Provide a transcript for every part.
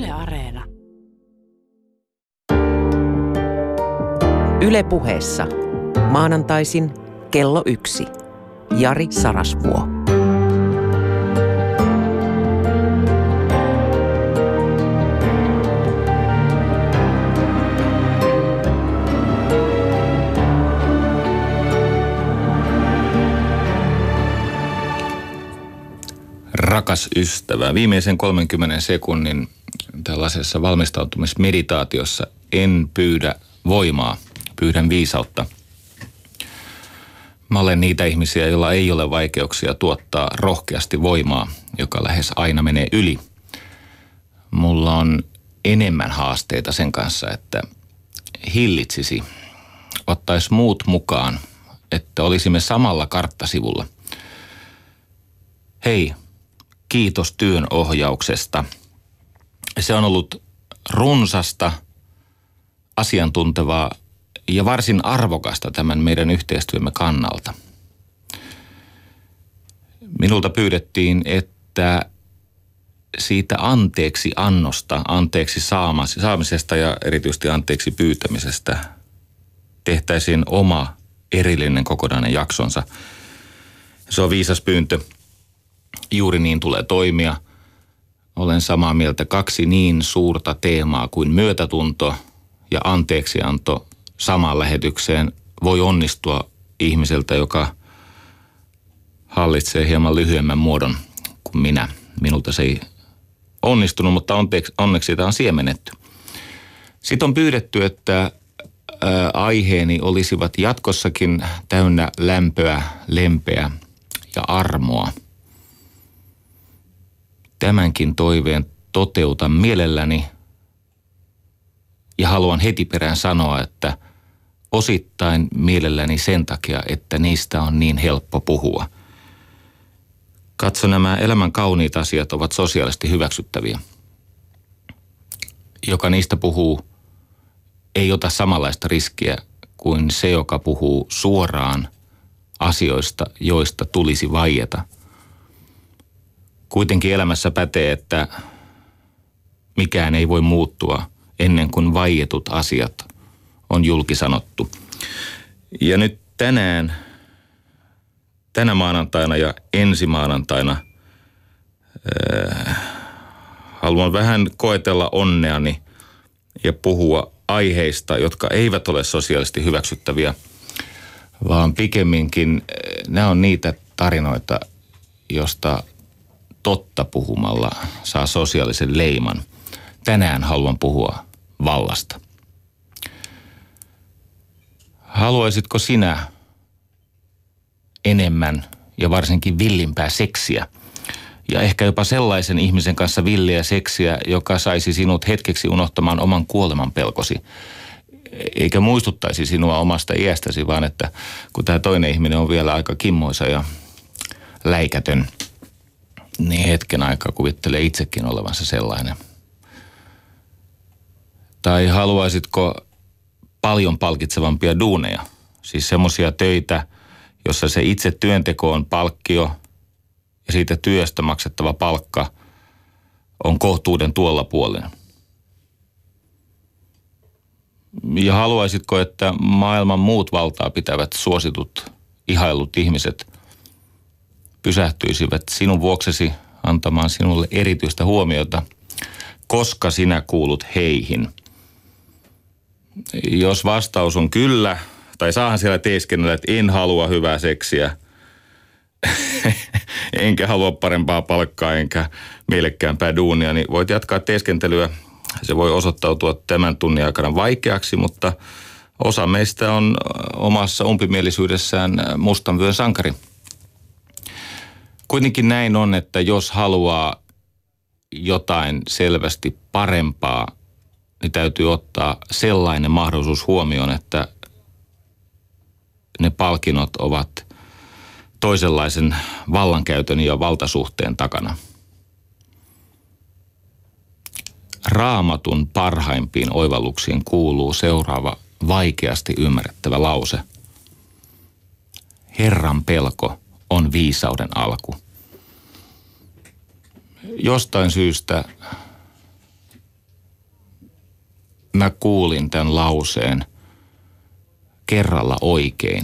Yle Areena. Yle Puheessa. Maanantaisin kello 1. Jari Sarasvuo. Rakas ystävä, viimeisen 30 sekunnin tällaisessa valmistautumismeditaatiossa en pyydä voimaa, pyydän viisautta. Mä olen niitä ihmisiä, joilla ei ole vaikeuksia tuottaa rohkeasti voimaa, joka lähes aina menee yli. Mulla on enemmän haasteita sen kanssa, että hillitsisi, ottaisi muut mukaan, että olisimme samalla karttasivulla. Hei, kiitos työn ohjauksesta. Se on ollut runsasta, asiantuntevaa ja varsin arvokasta tämän meidän yhteistyömme kannalta. Minulta pyydettiin, että siitä anteeksi annosta, anteeksi saamisesta ja erityisesti anteeksi pyytämisestä tehtäisiin oma erillinen kokonainen jaksonsa. Se on viisas pyyntö. Juuri niin tulee toimia. Olen samaa mieltä, 2 niin suurta teemaa kuin myötätunto ja anteeksianto samaan lähetykseen voi onnistua ihmiseltä, joka hallitsee hieman lyhyemmän muodon kuin minä. Minulta se ei onnistunut, mutta onneksi sitä on siemennetty. Sitten on pyydetty, että aiheeni olisivat jatkossakin täynnä lämpöä, lempeä ja armoa. Tämänkin toiveen toteutan mielelläni ja haluan heti perään sanoa, että osittain mielelläni sen takia, että niistä on niin helppo puhua. Katso, nämä elämän kauniit asiat ovat sosiaalisesti hyväksyttäviä. Joka niistä puhuu, ei ota samanlaista riskiä kuin se, joka puhuu suoraan asioista, joista tulisi vaieta. Kuitenkin elämässä pätee, että mikään ei voi muuttua ennen kuin vaietut asiat on julkisanottu. Ja nyt tänä maanantaina ja ensi maanantaina haluan vähän koetella onneani ja puhua aiheista, jotka eivät ole sosiaalisesti hyväksyttäviä, vaan pikemminkin nämä on niitä tarinoita, josta totta puhumalla saa sosiaalisen leiman. Tänään haluan puhua vallasta. Haluaisitko sinä enemmän ja varsinkin villimpää seksiä? Ja ehkä jopa sellaisen ihmisen kanssa villiä seksiä, joka saisi sinut hetkeksi unohtamaan oman kuoleman pelkosi. Eikä muistuttaisi sinua omasta iästäsi, vaan että kun tämä toinen ihminen on vielä aika kimmoisa ja läikätön, niin hetken aikaa kuvittelee itsekin olevansa sellainen. Tai haluaisitko paljon palkitsevampia duuneja? Siis semmoisia töitä, jossa se itse työnteko on palkkio ja siitä työstä maksettava palkka on kohtuuden tuolla puolella. Ja haluaisitko, että maailman muut valtaa pitävät suositut, ihaillut ihmiset pysähtyisivät sinun vuoksesi antamaan sinulle erityistä huomiota, koska sinä kuulut heihin? Jos vastaus on kyllä, tai saahan siellä teeskennellä, että en halua hyvää seksiä, enkä halua parempaa palkkaa, enkä mielekkäämpää duunia, niin voit jatkaa teeskentelyä. Se voi osoittautua tämän tunnin aikana vaikeaksi, mutta osa meistä on omassa umpimielisyydessään mustan vyön sankari. Kuitenkin näin on, että jos haluaa jotain selvästi parempaa, niin täytyy ottaa sellainen mahdollisuus huomioon, että ne palkinnot ovat toisenlaisen vallankäytön ja valtasuhteen takana. Raamatun parhaimpiin oivalluksiin kuuluu seuraava vaikeasti ymmärrettävä lause. Herran pelko on viisauden alku. Jostain syystä mä kuulin tämän lauseen kerralla oikein.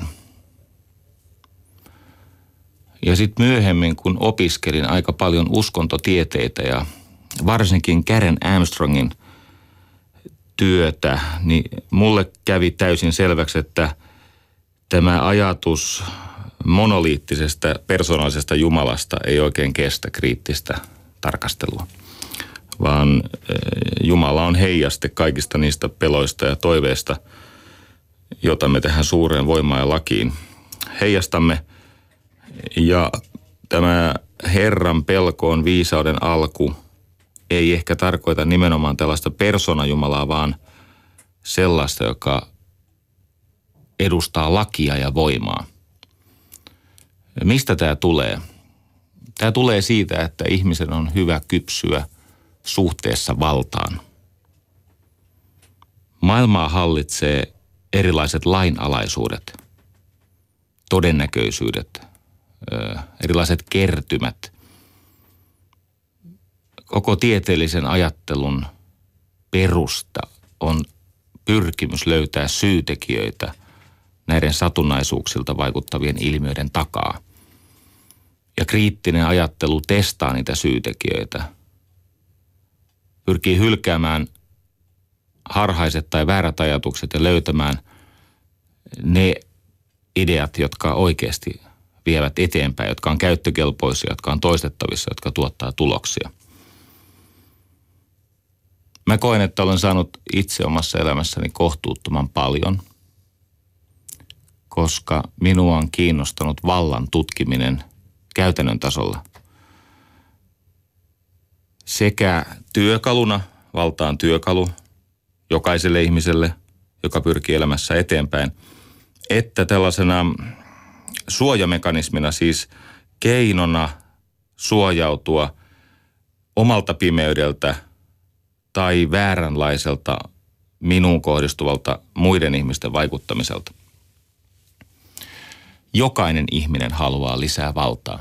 Ja sitten myöhemmin, kun opiskelin aika paljon uskontotieteitä ja varsinkin Karen Armstrongin työtä, niin mulle kävi täysin selväksi, että tämä ajatus monoliittisesta persoonallisesta Jumalasta ei oikein kestä kriittistä tarkastelua, vaan Jumala on heijaste kaikista niistä peloista ja toiveista, jota me tähän suureen voimaan ja lakiin heijastamme. Ja tämä Herran pelko on viisauden alku. Ei ehkä tarkoita nimenomaan tällaista persoonajumalaa, vaan sellaista, joka edustaa lakia ja voimaa. Mistä tämä tulee? Tämä tulee siitä, että ihmisen on hyvä kypsyä suhteessa valtaan. Maailmaa hallitsee erilaiset lainalaisuudet, todennäköisyydet, erilaiset kertymät. Koko tieteellisen ajattelun perusta on pyrkimys löytää syytekijöitä näiden satunnaisuuksilta vaikuttavien ilmiöiden takaa. Ja kriittinen ajattelu testaa niitä syytekijöitä. Pyrkii hylkäämään harhaiset tai väärät ajatukset ja löytämään ne ideat, jotka oikeasti vievät eteenpäin, jotka on käyttökelpoisia, jotka on toistettavissa, jotka tuottaa tuloksia. Mä koen, että olen saanut itse omassa elämässäni kohtuuttoman paljon, koska minua on kiinnostanut vallan tutkiminen käytännön tasolla. Sekä työkaluna, valta on työkalu jokaiselle ihmiselle, joka pyrkii elämässä eteenpäin, että tällaisena suojamekanismina, siis keinona suojautua omalta pimeydeltä tai vääränlaiselta minuun kohdistuvalta muiden ihmisten vaikuttamiselta. Jokainen ihminen haluaa lisää valtaa.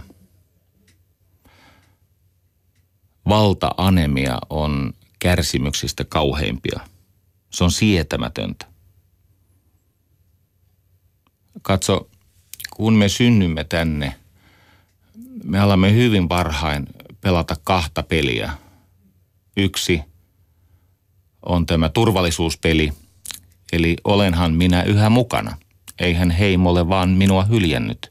Valta-anemia on kärsimyksistä kauheimpia. Se on sietämätöntä. Katso, kun me synnymme tänne, me alamme hyvin varhain pelata kahta peliä. Yksi on tämä turvallisuuspeli, eli olenhan minä yhä mukana. Eihän heimo ole vaan minua hyljännyt.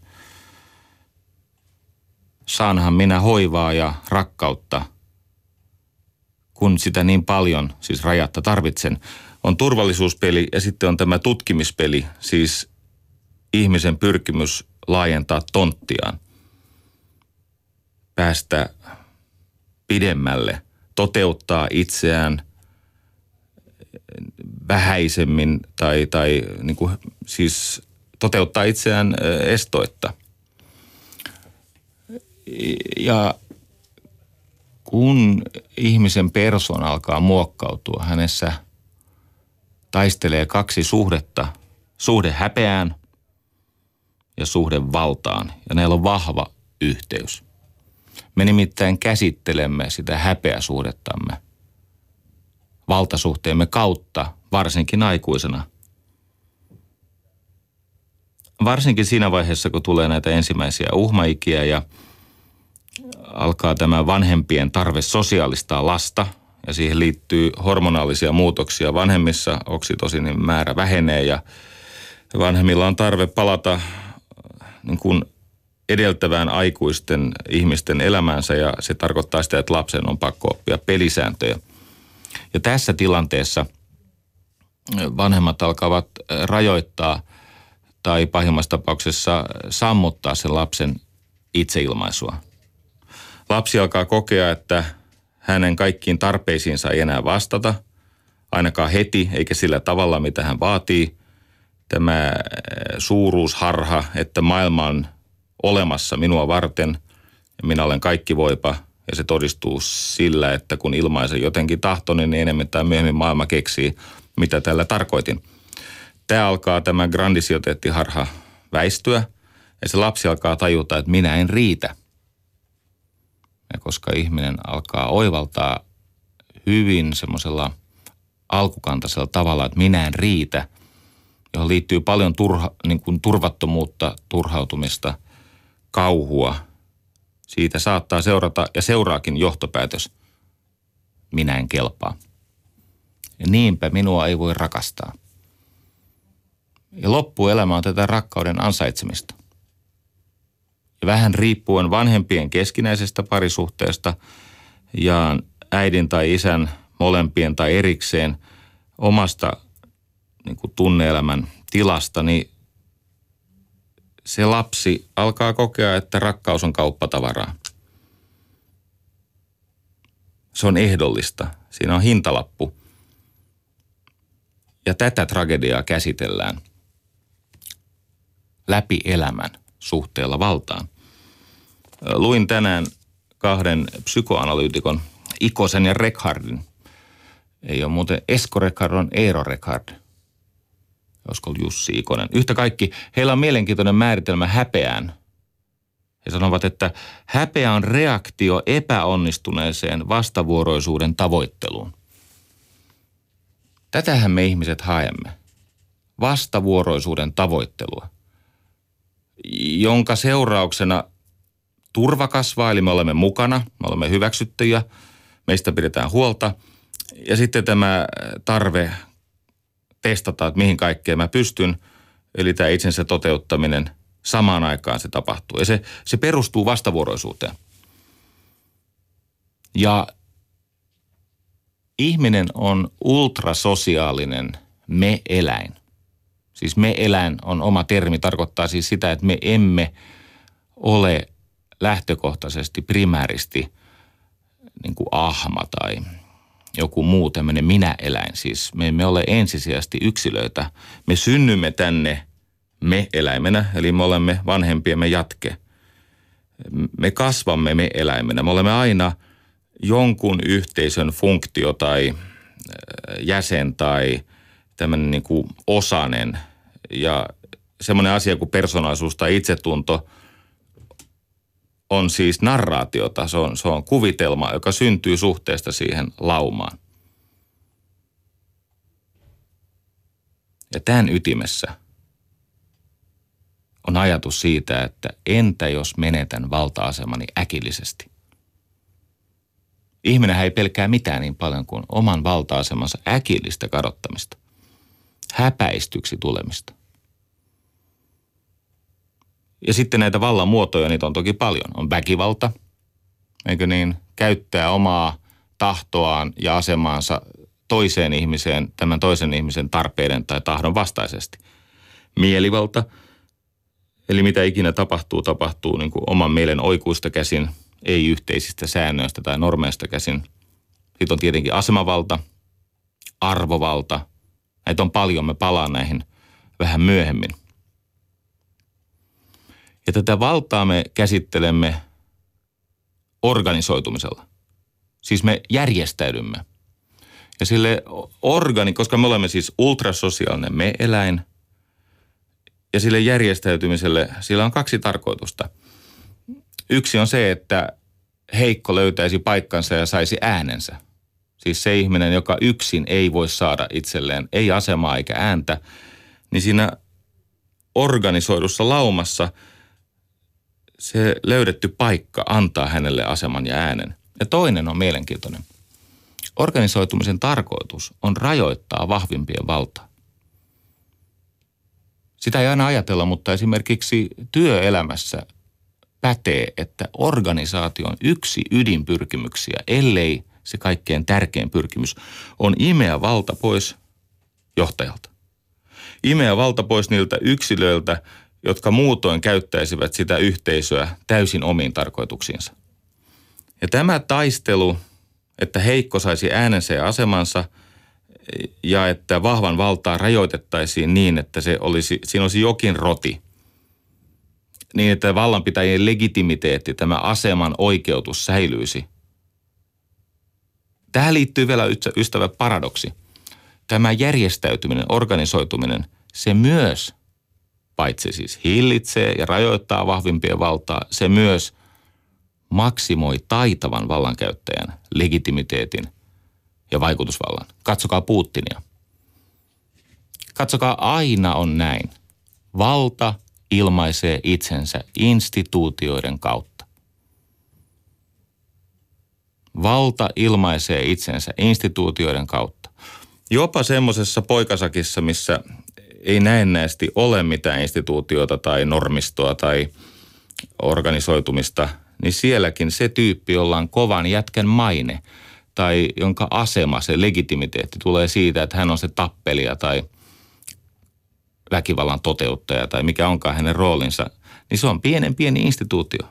Saanhan minä hoivaa ja rakkautta, kun sitä niin paljon, siis rajatta tarvitsen. On turvallisuuspeli ja sitten on tämä tutkimispeli, siis ihmisen pyrkimys laajentaa tonttiaan, päästä pidemmälle, toteuttaa itseään vähäisemmin tai niin kuin, siis toteuttaa itseään estoitta. Ja kun ihmisen persoona alkaa muokkautua, hänessä taistelee kaksi suhdetta, suhde häpeään ja suhde valtaan, ja näillä on vahva yhteys. Me nimittäin käsittelemme sitä häpeäsuhdettamme valtasuhteemme kautta, varsinkin aikuisena. Varsinkin siinä vaiheessa, kun tulee näitä ensimmäisiä uhmaikiä ja alkaa tämä vanhempien tarve sosiaalistaa lasta, ja siihen liittyy hormonaalisia muutoksia vanhemmissa, oksitosinin määrä vähenee ja vanhemmilla on tarve palata niin kuin edeltävään aikuisten ihmisten elämäänsä, ja se tarkoittaa sitä, että lapsen on pakko oppia pelisääntöjä. Ja tässä tilanteessa vanhemmat alkavat rajoittaa tai pahimmassa tapauksessa sammuttaa sen lapsen itseilmaisua. Lapsi alkaa kokea, että hänen kaikkiin tarpeisiinsa ei enää vastata, ainakaan heti eikä sillä tavalla, mitä hän vaatii. Tämä suuruusharha, että maailma on olemassa minua varten ja minä olen kaikkivoipa, ja se todistuu sillä, että kun ilmaisen jotenkin tahtoni, niin enemmän tai myöhemmin maailma keksii, mitä tällä tarkoitin. Tämä grandisioteettiharha väistyä, ja se lapsi alkaa tajuta, että minä en riitä. Ja koska ihminen alkaa oivaltaa hyvin semmoisella alkukantaisella tavalla, että minä en riitä, johon liittyy paljon turvattomuutta, turhautumista, kauhua. Siitä saattaa seurata ja seuraakin johtopäätös, minä en kelpaa. Ja niinpä minua ei voi rakastaa. Ja loppuelämä on tätä rakkauden ansaitsemista. Ja vähän riippuen vanhempien keskinäisestä parisuhteesta ja äidin tai isän molempien tai erikseen omasta tunne-elämän tilasta, niin se lapsi alkaa kokea, että rakkaus on kauppatavaraa. Se on ehdollista. Siinä on hintalappu. Ja tätä tragediaa käsitellään läpi elämän suhteella valtaan. Luin tänään 2 psykoanalyytikon, Ikosen ja Rekhardin. Ei ole muuten Esko Rekhard, on Eero Rekhard. Olisiko Jussi Ikonen. Yhtä kaikki, heillä on mielenkiintoinen määritelmä häpeään. He sanovat, että häpeä on reaktio epäonnistuneeseen vastavuoroisuuden tavoitteluun. Tätähän me ihmiset haemme. Vastavuoroisuuden tavoittelua, jonka seurauksena turva kasvaa, eli me olemme mukana, me olemme hyväksyttyjä, meistä pidetään huolta. Ja sitten tämä tarve testata, että mihin kaikkeen mä pystyn, eli tämä itsensä toteuttaminen, samaan aikaan se tapahtuu. Ja se perustuu vastavuoroisuuteen. Ja ihminen on ultrasosiaalinen me-eläin. Siis me-eläin on oma termi, tarkoittaa siis sitä, että me emme ole lähtökohtaisesti primääristi niin kuin ahma tai joku muu tämmöinen minä-eläin. Siis me emme ole ensisijaisesti yksilöitä. Me synnymme tänne me-eläimenä, eli me olemme vanhempiemme jatke. Me kasvamme me-eläimenä. Me olemme aina jonkun yhteisön funktio tai jäsen tai tämmöinen niin kuin osanen. Ja semmoinen asia kuin persoonallisuus tai itsetunto on siis narraatiota. Se on kuvitelma, joka syntyy suhteesta siihen laumaan. Ja tämän ytimessä on ajatus siitä, että entä jos menetän valta-asemani äkillisesti? Ihminenhän ei pelkää mitään niin paljon kuin oman valta-asemansa äkillistä kadottamista, häpäistyksi tulemista. Ja sitten näitä vallan muotoja, niitä on toki paljon. On väkivalta, eikö niin, käyttää omaa tahtoaan ja asemaansa toiseen ihmiseen, tämän toisen ihmisen tarpeiden tai tahdon vastaisesti. Mielivalta, eli mitä ikinä tapahtuu niin kuin oman mielen oikuista käsin, ei yhteisistä säännöistä tai normeista käsin. Sitten on tietenkin asemavalta, arvovalta. Näitä on paljon, me palaan näihin vähän myöhemmin. Ja tätä valtaa me käsittelemme organisoitumisella. Siis me järjestäydymme. Ja sille koska me olemme siis ultrasosiaalinen me-eläin, ja sille järjestäytymiselle sillä on 2 tarkoitusta. Yksi on se, että heikko löytäisi paikkansa ja saisi äänensä. Siis se ihminen, joka yksin ei voi saada itselleen ei asemaa eikä ääntä, niin siinä organisoidussa laumassa se löydetty paikka antaa hänelle aseman ja äänen. Ja toinen on mielenkiintoinen. Organisoitumisen tarkoitus on rajoittaa vahvimpien valtaa. Sitä ei aina ajatella, mutta esimerkiksi työelämässä pätee, että organisaation yksi ydinpyrkimyksiä, ellei se kaikkein tärkein pyrkimys, on imeä valta pois johtajalta. Imeä valta pois niiltä yksilöiltä, jotka muutoin käyttäisivät sitä yhteisöä täysin omiin tarkoituksiinsa. Ja tämä taistelu, että heikko saisi äänensä ja asemansa ja että vahvan valtaa rajoitettaisiin niin, että siinä olisi jokin roti, niin että vallanpitäjien legitimiteetti, tämä aseman oikeutus säilyisi. Tähän liittyy vielä ystävä paradoksi. Tämä järjestäytyminen, organisoituminen, se myös paitsi siis hillitsee ja rajoittaa vahvimpien valtaa, se myös maksimoi taitavan vallankäyttäjän legitimiteetin ja vaikutusvallan. Katsokaa Putinia. Katsokaa, aina on näin. Valta ilmaisee itsensä instituutioiden kautta. Valta ilmaisee itsensä instituutioiden kautta. Jopa semmoisessa poikasakissa, missä ei näennäisesti ole mitään instituutiota tai normistoa tai organisoitumista, niin sielläkin se tyyppi, jolla on kovan jätkän maine tai jonka asema, se legitimiteetti tulee siitä, että hän on se tappelija tai väkivallan toteuttaja tai mikä onkaan hänen roolinsa, niin se on pieni instituutio.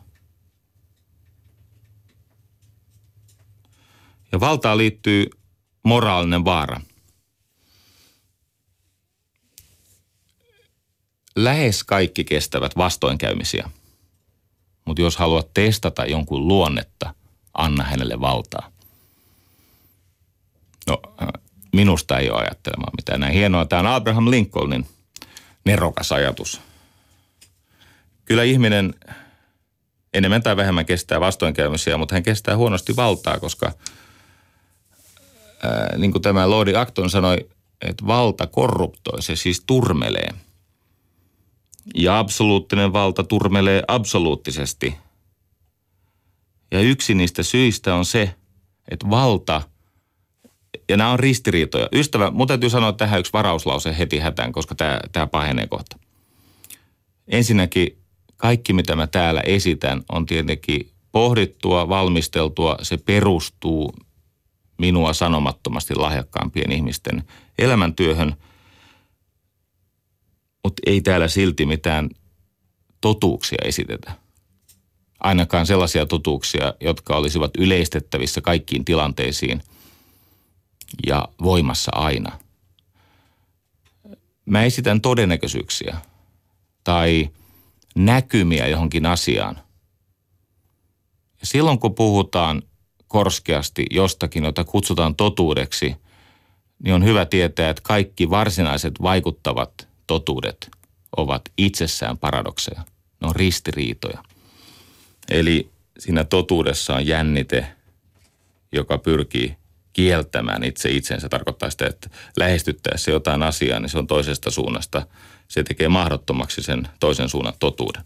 Ja valtaan liittyy moraalinen vaara. Lähes kaikki kestävät vastoinkäymisiä, mutta jos haluat testata jonkun luonnetta, anna hänelle valtaa. No, minusta ei ole ajattelemaan mitään näin hienoa. Tämä on Abraham Lincolnin nerokas ajatus. Kyllä ihminen enemmän tai vähemmän kestää vastoinkäymisiä, mutta hän kestää huonosti valtaa, koska niin kuin tämä Lordi Acton sanoi, että valta korruptoi, se siis turmelee. Ja absoluuttinen valta turmelee absoluuttisesti. Ja yksi niistä syistä on se, että valta, ja nämä on ristiriitoja. Ystävä, mun täytyy sanoa tähän yksi varauslause heti hätään, koska tämä pahenee kohta. Ensinnäkin kaikki, mitä mä täällä esitän, on tietenkin pohdittua, valmisteltua. Se perustuu minua sanomattomasti lahjakkaampien ihmisten elämäntyöhön, mutta ei täällä silti mitään totuuksia esitetä. Ainakaan sellaisia totuuksia, jotka olisivat yleistettävissä kaikkiin tilanteisiin ja voimassa aina. Mä esitän todennäköisyyksiä tai näkymiä johonkin asiaan. Ja silloin kun puhutaan korskeasti jostakin, jota kutsutaan totuudeksi, niin on hyvä tietää, että kaikki varsinaiset vaikuttavat totuudet ovat itsessään paradokseja. Ne on ristiriitoja. Eli siinä totuudessa on jännite, joka pyrkii kieltämään itsensä. Tarkoittaa sitä, että lähestyttäessä jotain asiaa, niin se on toisesta suunnasta. Se tekee mahdottomaksi sen toisen suunnan totuuden.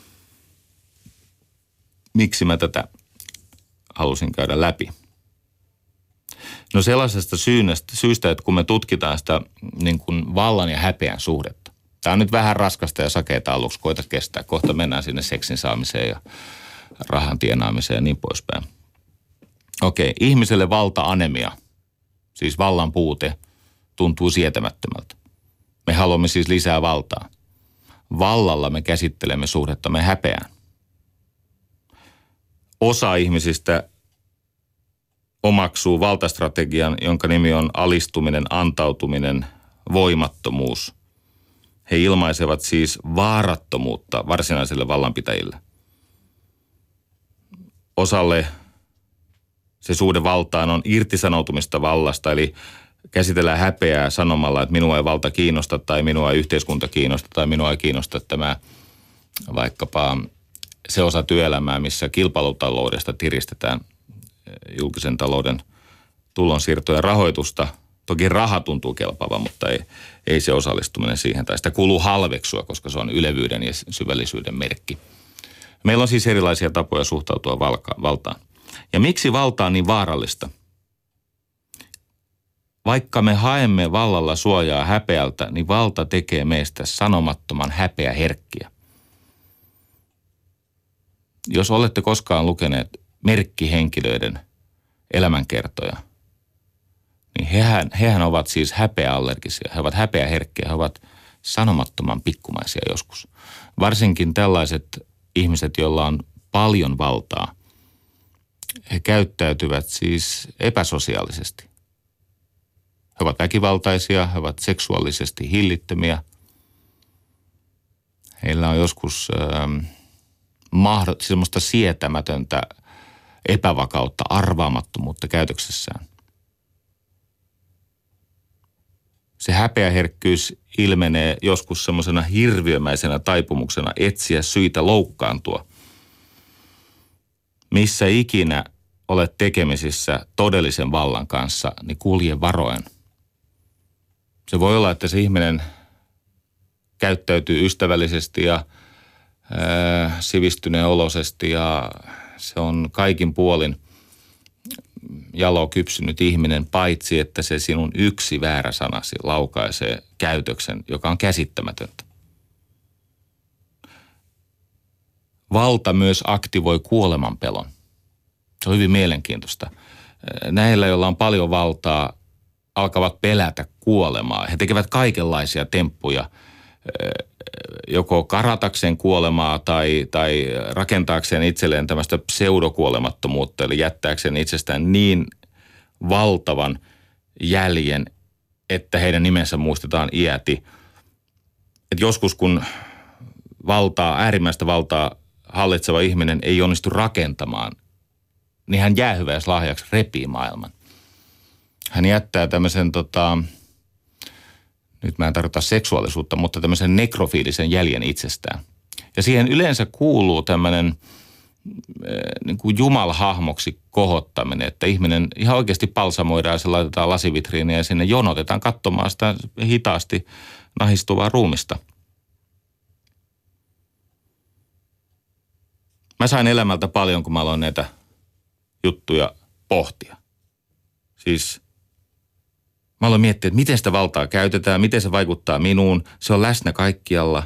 Miksi mä tätä halusin käydä läpi? No sellaisesta syystä, että kun me tutkitaan sitä niin kuin vallan ja häpeän suhdetta. Tämä on nyt vähän raskasta ja sakeata aluksi, koita kestää. Kohta mennään sinne seksin saamiseen ja rahan tienaamiseen ja niin poispäin. Okei, ihmiselle valta-anemia, siis vallan puute, tuntuu sietämättömältä. Me haluamme siis lisää valtaa. Vallalla me käsittelemme suhdettamme häpeään. Osa ihmisistä omaksuu valtastrategian, jonka nimi on alistuminen, antautuminen, voimattomuus. He ilmaisevat siis vaarattomuutta varsinaisille vallanpitäjille. Osalle se suhde valtaan on irtisanoutumista vallasta, eli käsitellään häpeää sanomalla, että minua ei valta kiinnosta tai minua ei yhteiskunta kiinnosta tai minua ei kiinnosta tämä vaikkapa se osa työelämää, missä kilpailutaloudesta tiristetään julkisen talouden tulonsiirtojen rahoitusta. Toki raha tuntuu kelpaavan, mutta ei se osallistuminen siihen. Tai sitä kuuluu halveksua, koska se on ylevyyden ja syvällisyyden merkki. Meillä on siis erilaisia tapoja suhtautua valtaan. Ja miksi valta on niin vaarallista? Vaikka me haemme vallalla suojaa häpeältä, niin valta tekee meistä sanomattoman häpeäherkkiä. Jos olette koskaan lukeneet merkkihenkilöiden elämänkertoja, niin hehän ovat siis häpeäallergisia. He ovat häpeäherkkiä, he ovat sanomattoman pikkumaisia joskus. Varsinkin tällaiset ihmiset, joilla on paljon valtaa, he käyttäytyvät siis epäsosiaalisesti. He ovat väkivaltaisia, he ovat seksuaalisesti hillittömiä. Heillä on joskus semmoista sietämätöntä epävakautta, arvaamattomuutta käytöksessään. Se häpeäherkkyys ilmenee joskus semmoisena hirviömäisenä taipumuksena etsiä syitä loukkaantua. Missä ikinä olet tekemisissä todellisen vallan kanssa, niin kulje varoen. Se voi olla, että se ihminen käyttäytyy ystävällisesti ja sivistyneen olosesti ja se on kaikin puolin jalo kypsynyt ihminen, paitsi että se sinun yksi väärä sanasi laukaisee käytöksen, joka on käsittämätöntä. Valta myös aktivoi kuolemanpelon. Se on hyvin mielenkiintoista. Näillä, joilla on paljon valtaa, alkavat pelätä kuolemaa. He tekevät kaikenlaisia temppuja, joko karatakseen kuolemaa tai rakentaakseen itselleen tämmöistä pseudokuolemattomuutta, eli jättääkseen itsestään niin valtavan jäljen, että heidän nimensä muistetaan iäti. Et joskus kun äärimmäistä valtaa hallitseva ihminen ei onnistu rakentamaan, niin hän jäähyväislahjaksi repii maailman. Hän jättää tämmöisen, nyt mä en tarkoita seksuaalisuutta, mutta tämmöisen nekrofiilisen jäljen itsestään. Ja siihen yleensä kuuluu tämmöinen niin kuin jumalhahmoksi kohottaminen, että ihminen ihan oikeasti palsamoidaan ja se laitetaan lasivitriiniin ja sinne jonotetaan katsomaan sitä hitaasti nahistuvaa ruumista. Mä sain elämältä paljon, kun mä aloin näitä juttuja pohtia. Siis mä aloin miettiä, että miten sitä valtaa käytetään, miten se vaikuttaa minuun. Se on läsnä kaikkialla.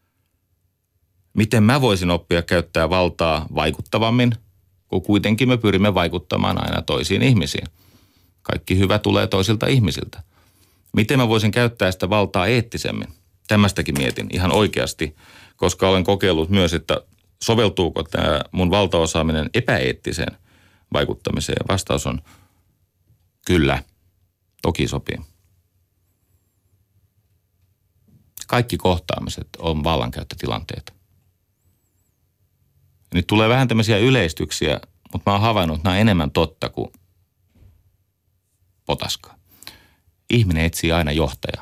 Miten mä voisin oppia käyttää valtaa vaikuttavammin, kun kuitenkin me pyrimme vaikuttamaan aina toisiin ihmisiin. Kaikki hyvä tulee toisilta ihmisiltä. Miten mä voisin käyttää sitä valtaa eettisemmin? Tämästäkin mietin ihan oikeasti, koska olen kokeillut myös, että soveltuuko tämä mun valtaosaaminen epäeettiseen vaikuttamiseen. Vastaus on kyllä, toki sopii. Kaikki kohtaamiset on vallankäyttötilanteita. Nyt tulee vähän tämmöisiä yleistyksiä, mutta mä oon havainnut, että nämä on enemmän totta kuin potaskaa. Ihminen etsii aina johtajaa.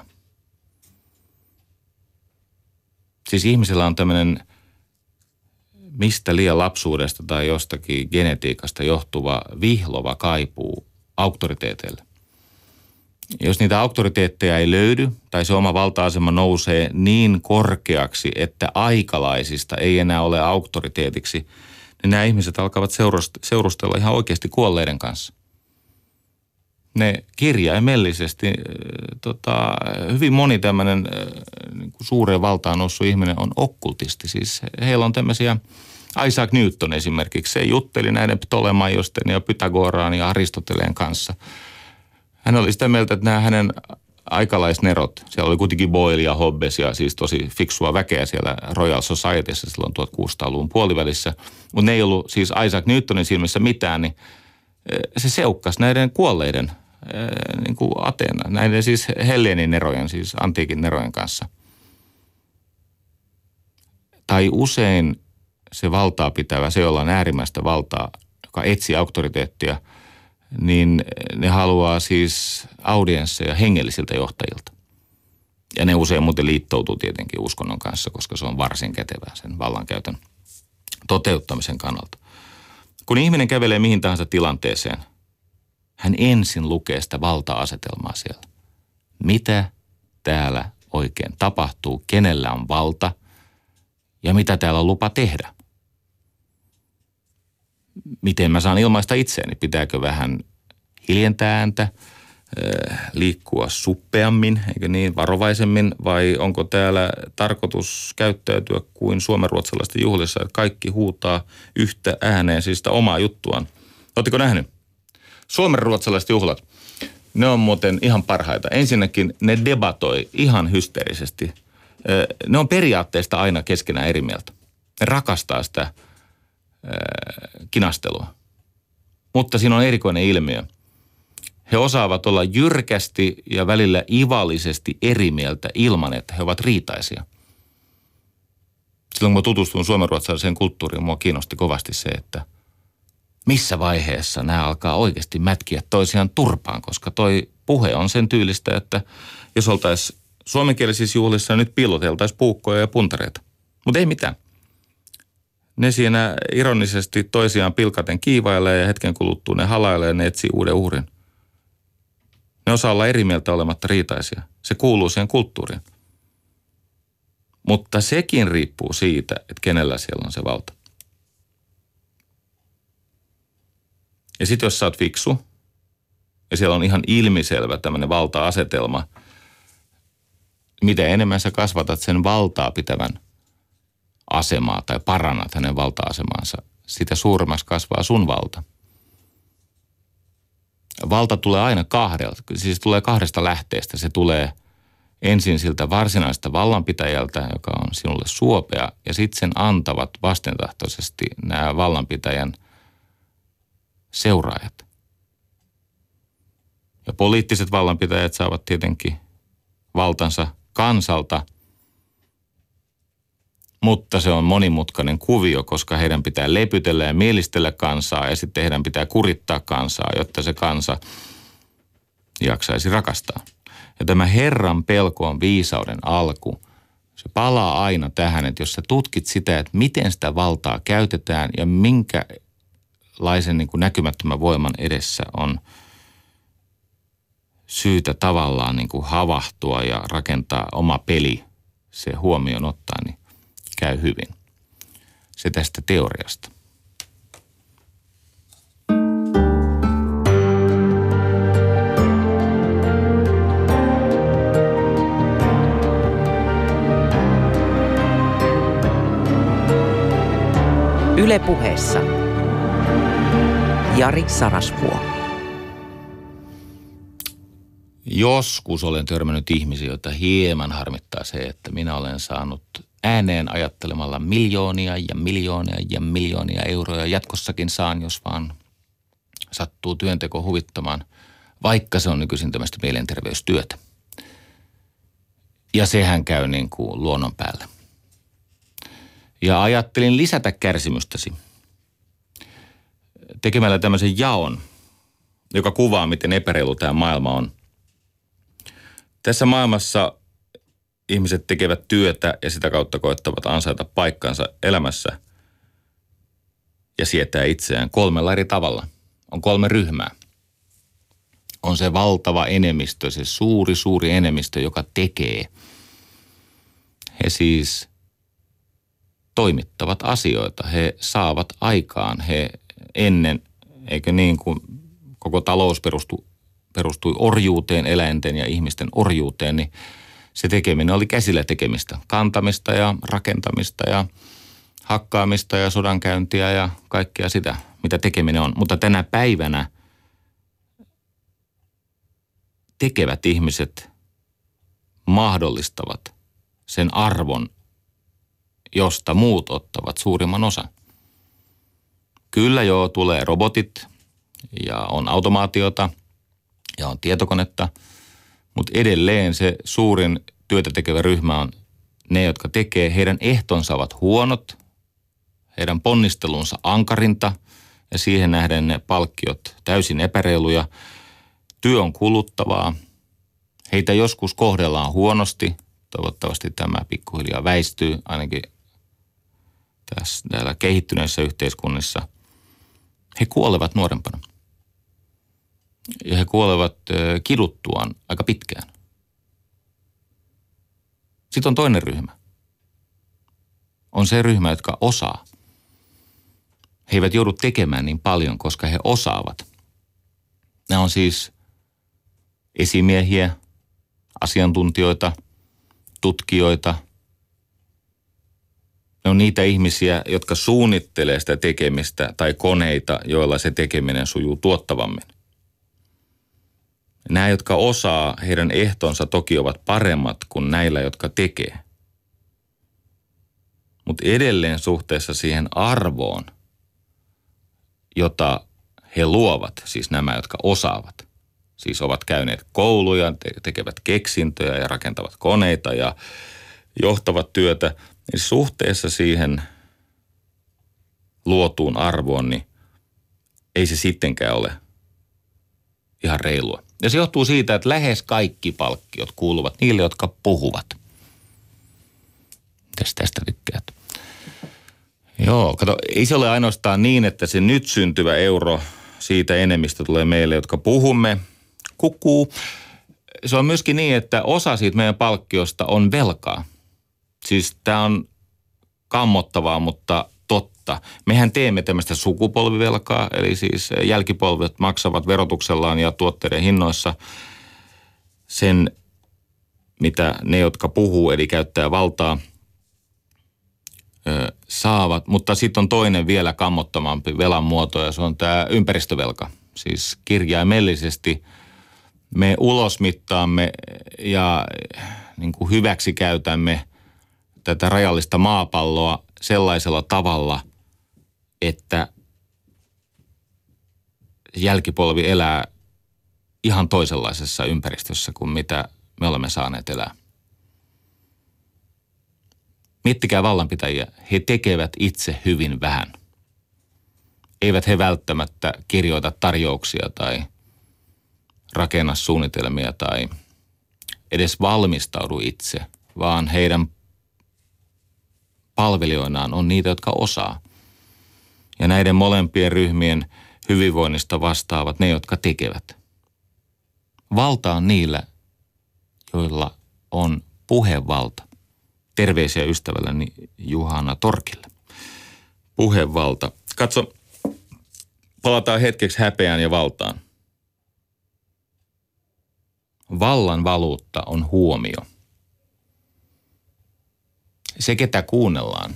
Siis ihmisellä on tämmöinen mistä liian lapsuudesta tai jostakin genetiikasta johtuva vihlova kaipuu auktoriteeteille. Jos niitä auktoriteetteja ei löydy tai se oma valta-asema nousee niin korkeaksi, että aikalaisista ei enää ole auktoriteetiksi, niin nämä ihmiset alkavat seurustella ihan oikeasti kuolleiden kanssa. Ne kirjaimellisesti, hyvin moni tämmöinen niin suureen valtaan noussut ihminen on okkultisti. Siis heillä on tämmöisiä, Isaac Newton esimerkiksi, se jutteli näiden Ptolemaiosten ja Pythagoraan ja Aristoteleen kanssa. Hän oli sitä mieltä, että nämä hänen aikalaisnerot, siellä oli kuitenkin Boyle ja Hobbes ja siis tosi fiksua väkeä siellä Royal Societyssä silloin 1600-luvun puolivälissä, mutta ne ei ollut siis Isaac Newtonin silmissä mitään, niin se seukkasi näiden kuolleiden niin kuin Ateena, näiden siis Hellenin nerojen, siis antiikin nerojen kanssa. Tai usein se valtaa pitävä, se jolla on äärimmäistä valtaa, joka etsii auktoriteettia, niin ne haluaa siis audiensseja hengellisiltä johtajilta. Ja ne usein muuten liittoutuu tietenkin uskonnon kanssa, koska se on varsin kätevää sen vallankäytön toteuttamisen kannalta. Kun ihminen kävelee mihin tahansa tilanteeseen, hän ensin lukee sitä valta-asetelmaa siellä. Mitä täällä oikein tapahtuu, kenellä on valta ja mitä täällä on lupa tehdä. Miten mä saan ilmaista itseäni? Pitääkö vähän hiljentää ääntä, liikkua suppeammin, eikö niin, varovaisemmin, vai onko täällä tarkoitus käyttäytyä kuin suomenruotsalaisten juhlissa, että kaikki huutaa yhtä ääneen, siis sitä omaa juttuaan. Oletteko nähnyt? Suomenruotsalaiset juhlat, ne on muuten ihan parhaita. Ensinnäkin ne debatoi ihan hysteerisesti. Ne on periaatteesta aina keskenään eri mieltä. Ne rakastaa sitä kinastelua. Mutta siinä on erikoinen ilmiö. He osaavat olla jyrkästi ja välillä ivallisesti eri mieltä ilman, että he ovat riitaisia. Silloin kun mä tutustuin suomenruotsalaiseen kulttuuriin, mua kiinnosti kovasti se, että missä vaiheessa nämä alkaa oikeasti mätkiä toisiaan turpaan, koska toi puhe on sen tyylistä, että jos oltaisiin suomenkielisissä juhlissa, nyt piiloteltaisiin puukkoja ja puntareita. Mutta ei mitään. Ne siinä ironisesti toisiaan pilkaten kiivailee ja hetken kuluttua ne halailee ja ne etsii uuden uhrin. Ne osaa olla eri mieltä olematta riitaisia. Se kuuluu siihen kulttuuriin. Mutta sekin riippuu siitä, että kenellä siellä on se valta. Ja sitten jos sä oot fiksu, ja siellä on ihan ilmiselvä tämmöinen valta-asetelma, mitä enemmän sä kasvatat sen valtaa pitävän asemaa tai parannat hänen valta-asemaansa, sitä suuremmaksi kasvaa sun valta. Valta tulee aina tulee kahdesta lähteestä. Se tulee ensin siltä varsinaista vallanpitäjältä, joka on sinulle suopea, ja sitten sen antavat vastentahtoisesti nämä vallanpitäjän seuraajat. Ja poliittiset vallanpitäjät saavat tietenkin valtansa kansalta, mutta se on monimutkainen kuvio, koska heidän pitää lepytellä ja mielistellä kansaa ja sitten heidän pitää kurittaa kansaa, jotta se kansa jaksaisi rakastaa. Ja tämä Herran pelko on viisauden alku. Se palaa aina tähän, että jos sä tutkit sitä, että miten sitä valtaa käytetään ja minkälaisen niin kuin näkymättömän voiman edessä on syytä tavallaan niin kuin havahtua ja rakentaa oma peli, se huomioon ottaa, niin käy hyvin. Se tästä teoriasta. Yle Puheessa Jari Sarasvuo. Joskus olen törmännyt ihmisiä, joita hieman harmittaa se, että minä olen saanut ääneen ajattelemalla miljoonia ja miljoonia ja miljoonia euroja. Jatkossakin saan, jos vaan sattuu työnteko huvittamaan, vaikka se on nykyisin tämmöistä mielenterveystyötä. Ja sehän käy niin kuin luonnon päälle. Ja ajattelin lisätä kärsimystäsi tekemällä tämmöisen jaon, joka kuvaa, miten epäreilu tämä maailma on. Tässä maailmassa ihmiset tekevät työtä ja sitä kautta koettavat ansaita paikkansa elämässä ja sietää itseään 3 eri tavalla. On 3 ryhmää. On se valtava enemmistö, se suuri enemmistö, joka tekee. He siis toimittavat asioita, he saavat aikaan, he ennen, eikö niin kuin koko talous perustui orjuuteen, eläinten ja ihmisten orjuuteen, niin se tekeminen oli käsillä tekemistä, kantamista ja rakentamista ja hakkaamista ja sodankäyntiä ja kaikkea sitä, mitä tekeminen on. Mutta tänä päivänä tekevät ihmiset mahdollistavat sen arvon, josta muut ottavat suurimman osan. Kyllä joo, tulee robotit ja on automaatiota ja on tietokonetta, mutta edelleen se suurin työtä tekevä ryhmä on ne, jotka tekee. Heidän ehtonsa ovat huonot, heidän ponnistelunsa ankarinta ja siihen nähden ne palkkiot täysin epäreiluja. Työ on kuluttavaa, heitä joskus kohdellaan huonosti. Toivottavasti tämä pikkuhiljaa väistyy ainakin täällä kehittyneissä yhteiskunnissa. He kuolevat nuorempana. Ja he kuolevat kiduttuaan aika pitkään. Sitten on toinen ryhmä. On se ryhmä, jotka osaa. He eivät joudu tekemään niin paljon, koska he osaavat. Nämä on siis esimiehiä, asiantuntijoita, tutkijoita. Ne on niitä ihmisiä, jotka suunnittelee sitä tekemistä tai koneita, joilla se tekeminen sujuu tuottavammin. Nämä, jotka osaa, heidän ehtonsa toki ovat paremmat kuin näillä, jotka tekee. Mutta edelleen suhteessa siihen arvoon, jota he luovat, siis nämä, jotka osaavat. Siis ovat käyneet kouluja, tekevät keksintöjä ja rakentavat koneita ja johtavat työtä. Niin suhteessa siihen luotuun arvoon, niin ei se sittenkään ole ihan reilua. Ja se johtuu siitä, että lähes kaikki palkkiot kuuluvat niille, jotka puhuvat. Mitäs tästä tykkäät? Joo, kato, ei se ole ainoastaan niin, että se nyt syntyvä euro siitä enemmistä tulee meille, jotka puhumme. Kukkuu. Se on myöskin niin, että osa siitä meidän palkkiosta on velkaa. Siis tämä on kammottavaa, mutta totta. Mehän teemme tämmöistä sukupolvivelkaa, eli siis jälkipolvet maksavat verotuksellaan ja tuotteiden hinnoissa sen, mitä ne, jotka puhuu, eli käyttää valtaa, saavat. Mutta sitten on toinen vielä kammottomampi velan muoto, ja se on tämä ympäristövelka. Siis kirjaimellisesti me ulosmittaamme ja niin kuin hyväksi käytämme tätä rajallista maapalloa sellaisella tavalla, että jälkipolvi elää ihan toisenlaisessa ympäristössä kuin mitä me olemme saaneet elää. Miettikää vallanpitäjiä, he tekevät itse hyvin vähän. Eivät he välttämättä kirjoita tarjouksia tai rakenna suunnitelmia tai edes valmistaudu itse, vaan heidän palvelijoinaan on niitä, jotka osaa. Ja näiden molempien ryhmien hyvinvoinnista vastaavat ne, jotka tekevät. Valta on niillä, joilla on puhevalta. Terveisiä ystävälleni Juhana Torkille. Puhevalta. Katso, palataan hetkeksi häpeään ja valtaan. Vallan valuutta on huomio. Se, ketä kuunnellaan,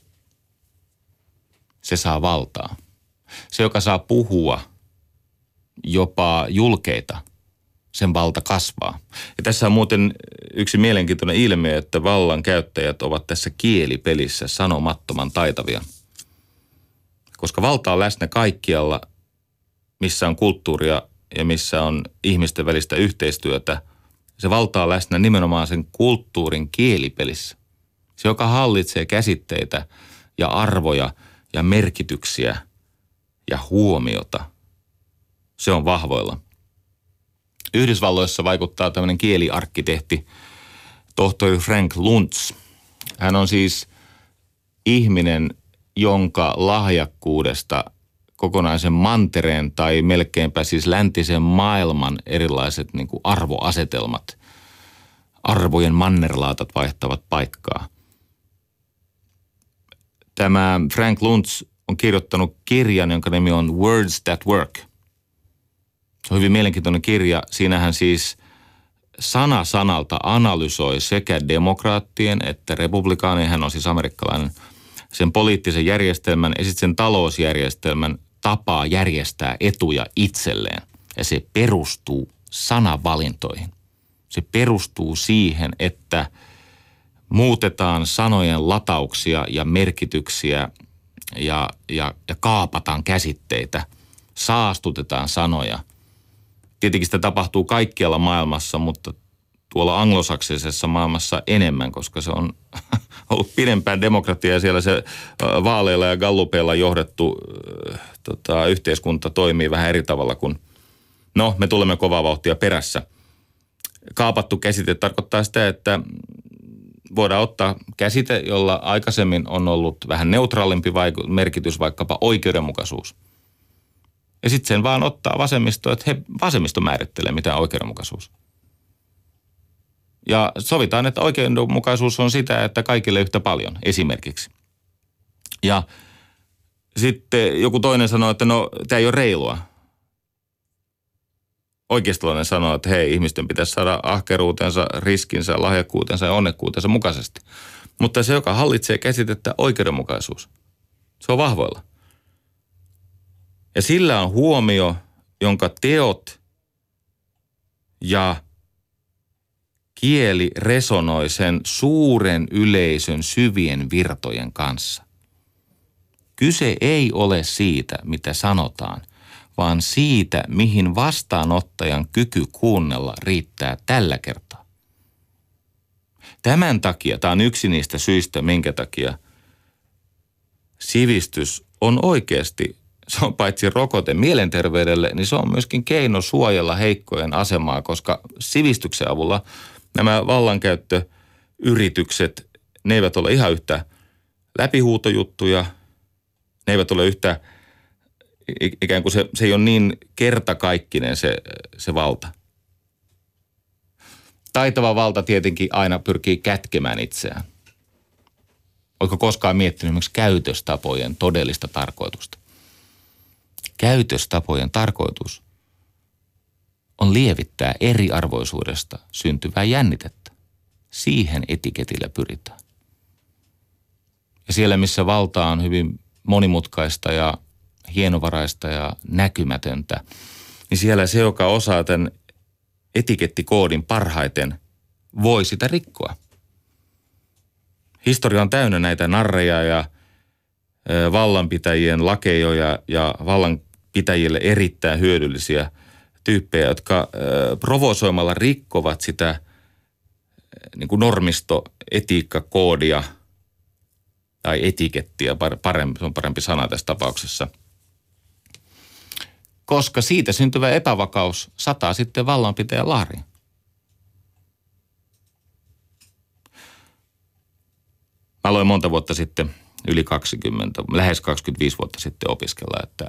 se saa valtaa. Se, joka saa puhua jopa julkeita, sen valta kasvaa. Ja tässä on muuten yksi mielenkiintoinen ilmiö, että vallan käyttäjät ovat tässä kielipelissä sanomattoman taitavia. Koska valta on läsnä kaikkialla, missä on kulttuuria ja missä on ihmisten välistä yhteistyötä. Se valta on läsnä nimenomaan sen kulttuurin kielipelissä. Se, joka hallitsee käsitteitä ja arvoja ja merkityksiä ja huomiota, se on vahvoilla. Yhdysvalloissa vaikuttaa tämmöinen kieliarkkitehti, tohtori Frank Luntz. Hän on siis ihminen, jonka lahjakkuudesta kokonaisen mantereen tai melkeinpä siis läntisen maailman erilaiset niin kuin arvoasetelmat, arvojen mannerlaatat vaihtavat paikkaa. Tämä Frank Luntz on kirjoittanut kirjan, jonka nimi on Words That Work. Se on hyvin mielenkiintoinen kirja. Siinä hän siis sana sanalta analysoi sekä demokraattien että republikaanien, hän on siis amerikkalainen, sen poliittisen järjestelmän ja sitten sen talousjärjestelmän tapaa järjestää etuja itselleen. Ja se perustuu sanavalintoihin. Se perustuu siihen, että muutetaan sanojen latauksia ja merkityksiä ja kaapataan käsitteitä, saastutetaan sanoja. Tietenkin sitä tapahtuu kaikkialla maailmassa, mutta tuolla anglosaksisessa maailmassa enemmän, koska se on ollut pidempään demokratia ja siellä se vaaleilla ja gallupeilla johdettu yhteiskunta toimii vähän eri tavalla kuin, no me tulemme kovaa vauhtia perässä. Kaapattu käsite tarkoittaa sitä, että voidaan ottaa käsite, jolla aikaisemmin on ollut vähän neutraalimpi merkitys, vaikkapa oikeudenmukaisuus. Ja sitten sen vaan ottaa vasemmisto, että vasemmisto määrittelee, mitä on oikeudenmukaisuus. Ja sovitaan, että oikeudenmukaisuus on sitä, että kaikille yhtä paljon, esimerkiksi. Ja sitten joku toinen sanoo, että no, tämä ei ole reilua. Oikeistolainen sanoo, että hei, ihmisten pitäisi saada ahkeruutensa, riskinsä, lahjakkuutensa ja onnekkuutensa mukaisesti. Mutta se, joka hallitsee käsitettä oikeudenmukaisuus, se on vahvoilla. Ja sillä on huomio, jonka teot ja kieli resonoi sen suuren yleisön syvien virtojen kanssa. Kyse ei ole siitä, mitä sanotaan, vaan siitä, mihin vastaanottajan kyky kuunnella riittää tällä kertaa. Tämän takia, tämä on yksi niistä syistä, minkä takia sivistys on oikeasti, se on paitsi rokote mielenterveydelle, niin se on myöskin keino suojella heikkojen asemaa, koska sivistyksen avulla nämä vallankäyttöyritykset, ne eivät ole ihan yhtä läpihuutojuttuja, Ne eivät ole yhtä, ikään kuin se ei ole niin kertakaikkinen se valta. Taitava valta tietenkin aina pyrkii kätkemään itseään. Oletko koskaan miettinyt esimerkiksi käytöstapojen todellista tarkoitusta? Käytöstapojen tarkoitus on lievittää eriarvoisuudesta syntyvää jännitettä. Siihen etiketillä pyritään. Ja siellä, missä valta on hyvin monimutkaista ja hienovaraista ja näkymätöntä, niin siellä se, joka osaa tämän etikettikoodin parhaiten, voi sitä rikkoa. Historia on täynnä näitä narreja ja vallanpitäjien lakejoja ja vallanpitäjille erittäin hyödyllisiä tyyppejä, jotka provosoimalla rikkovat sitä niin kuin normistoetiikkakoodia tai etikettiä, se on parempi sana tässä tapauksessa. Koska siitä syntyvä epävakaus sataa sitten vallanpitäjän laariin. Mä aloin monta vuotta sitten, yli 20, lähes 25 vuotta sitten opiskella, että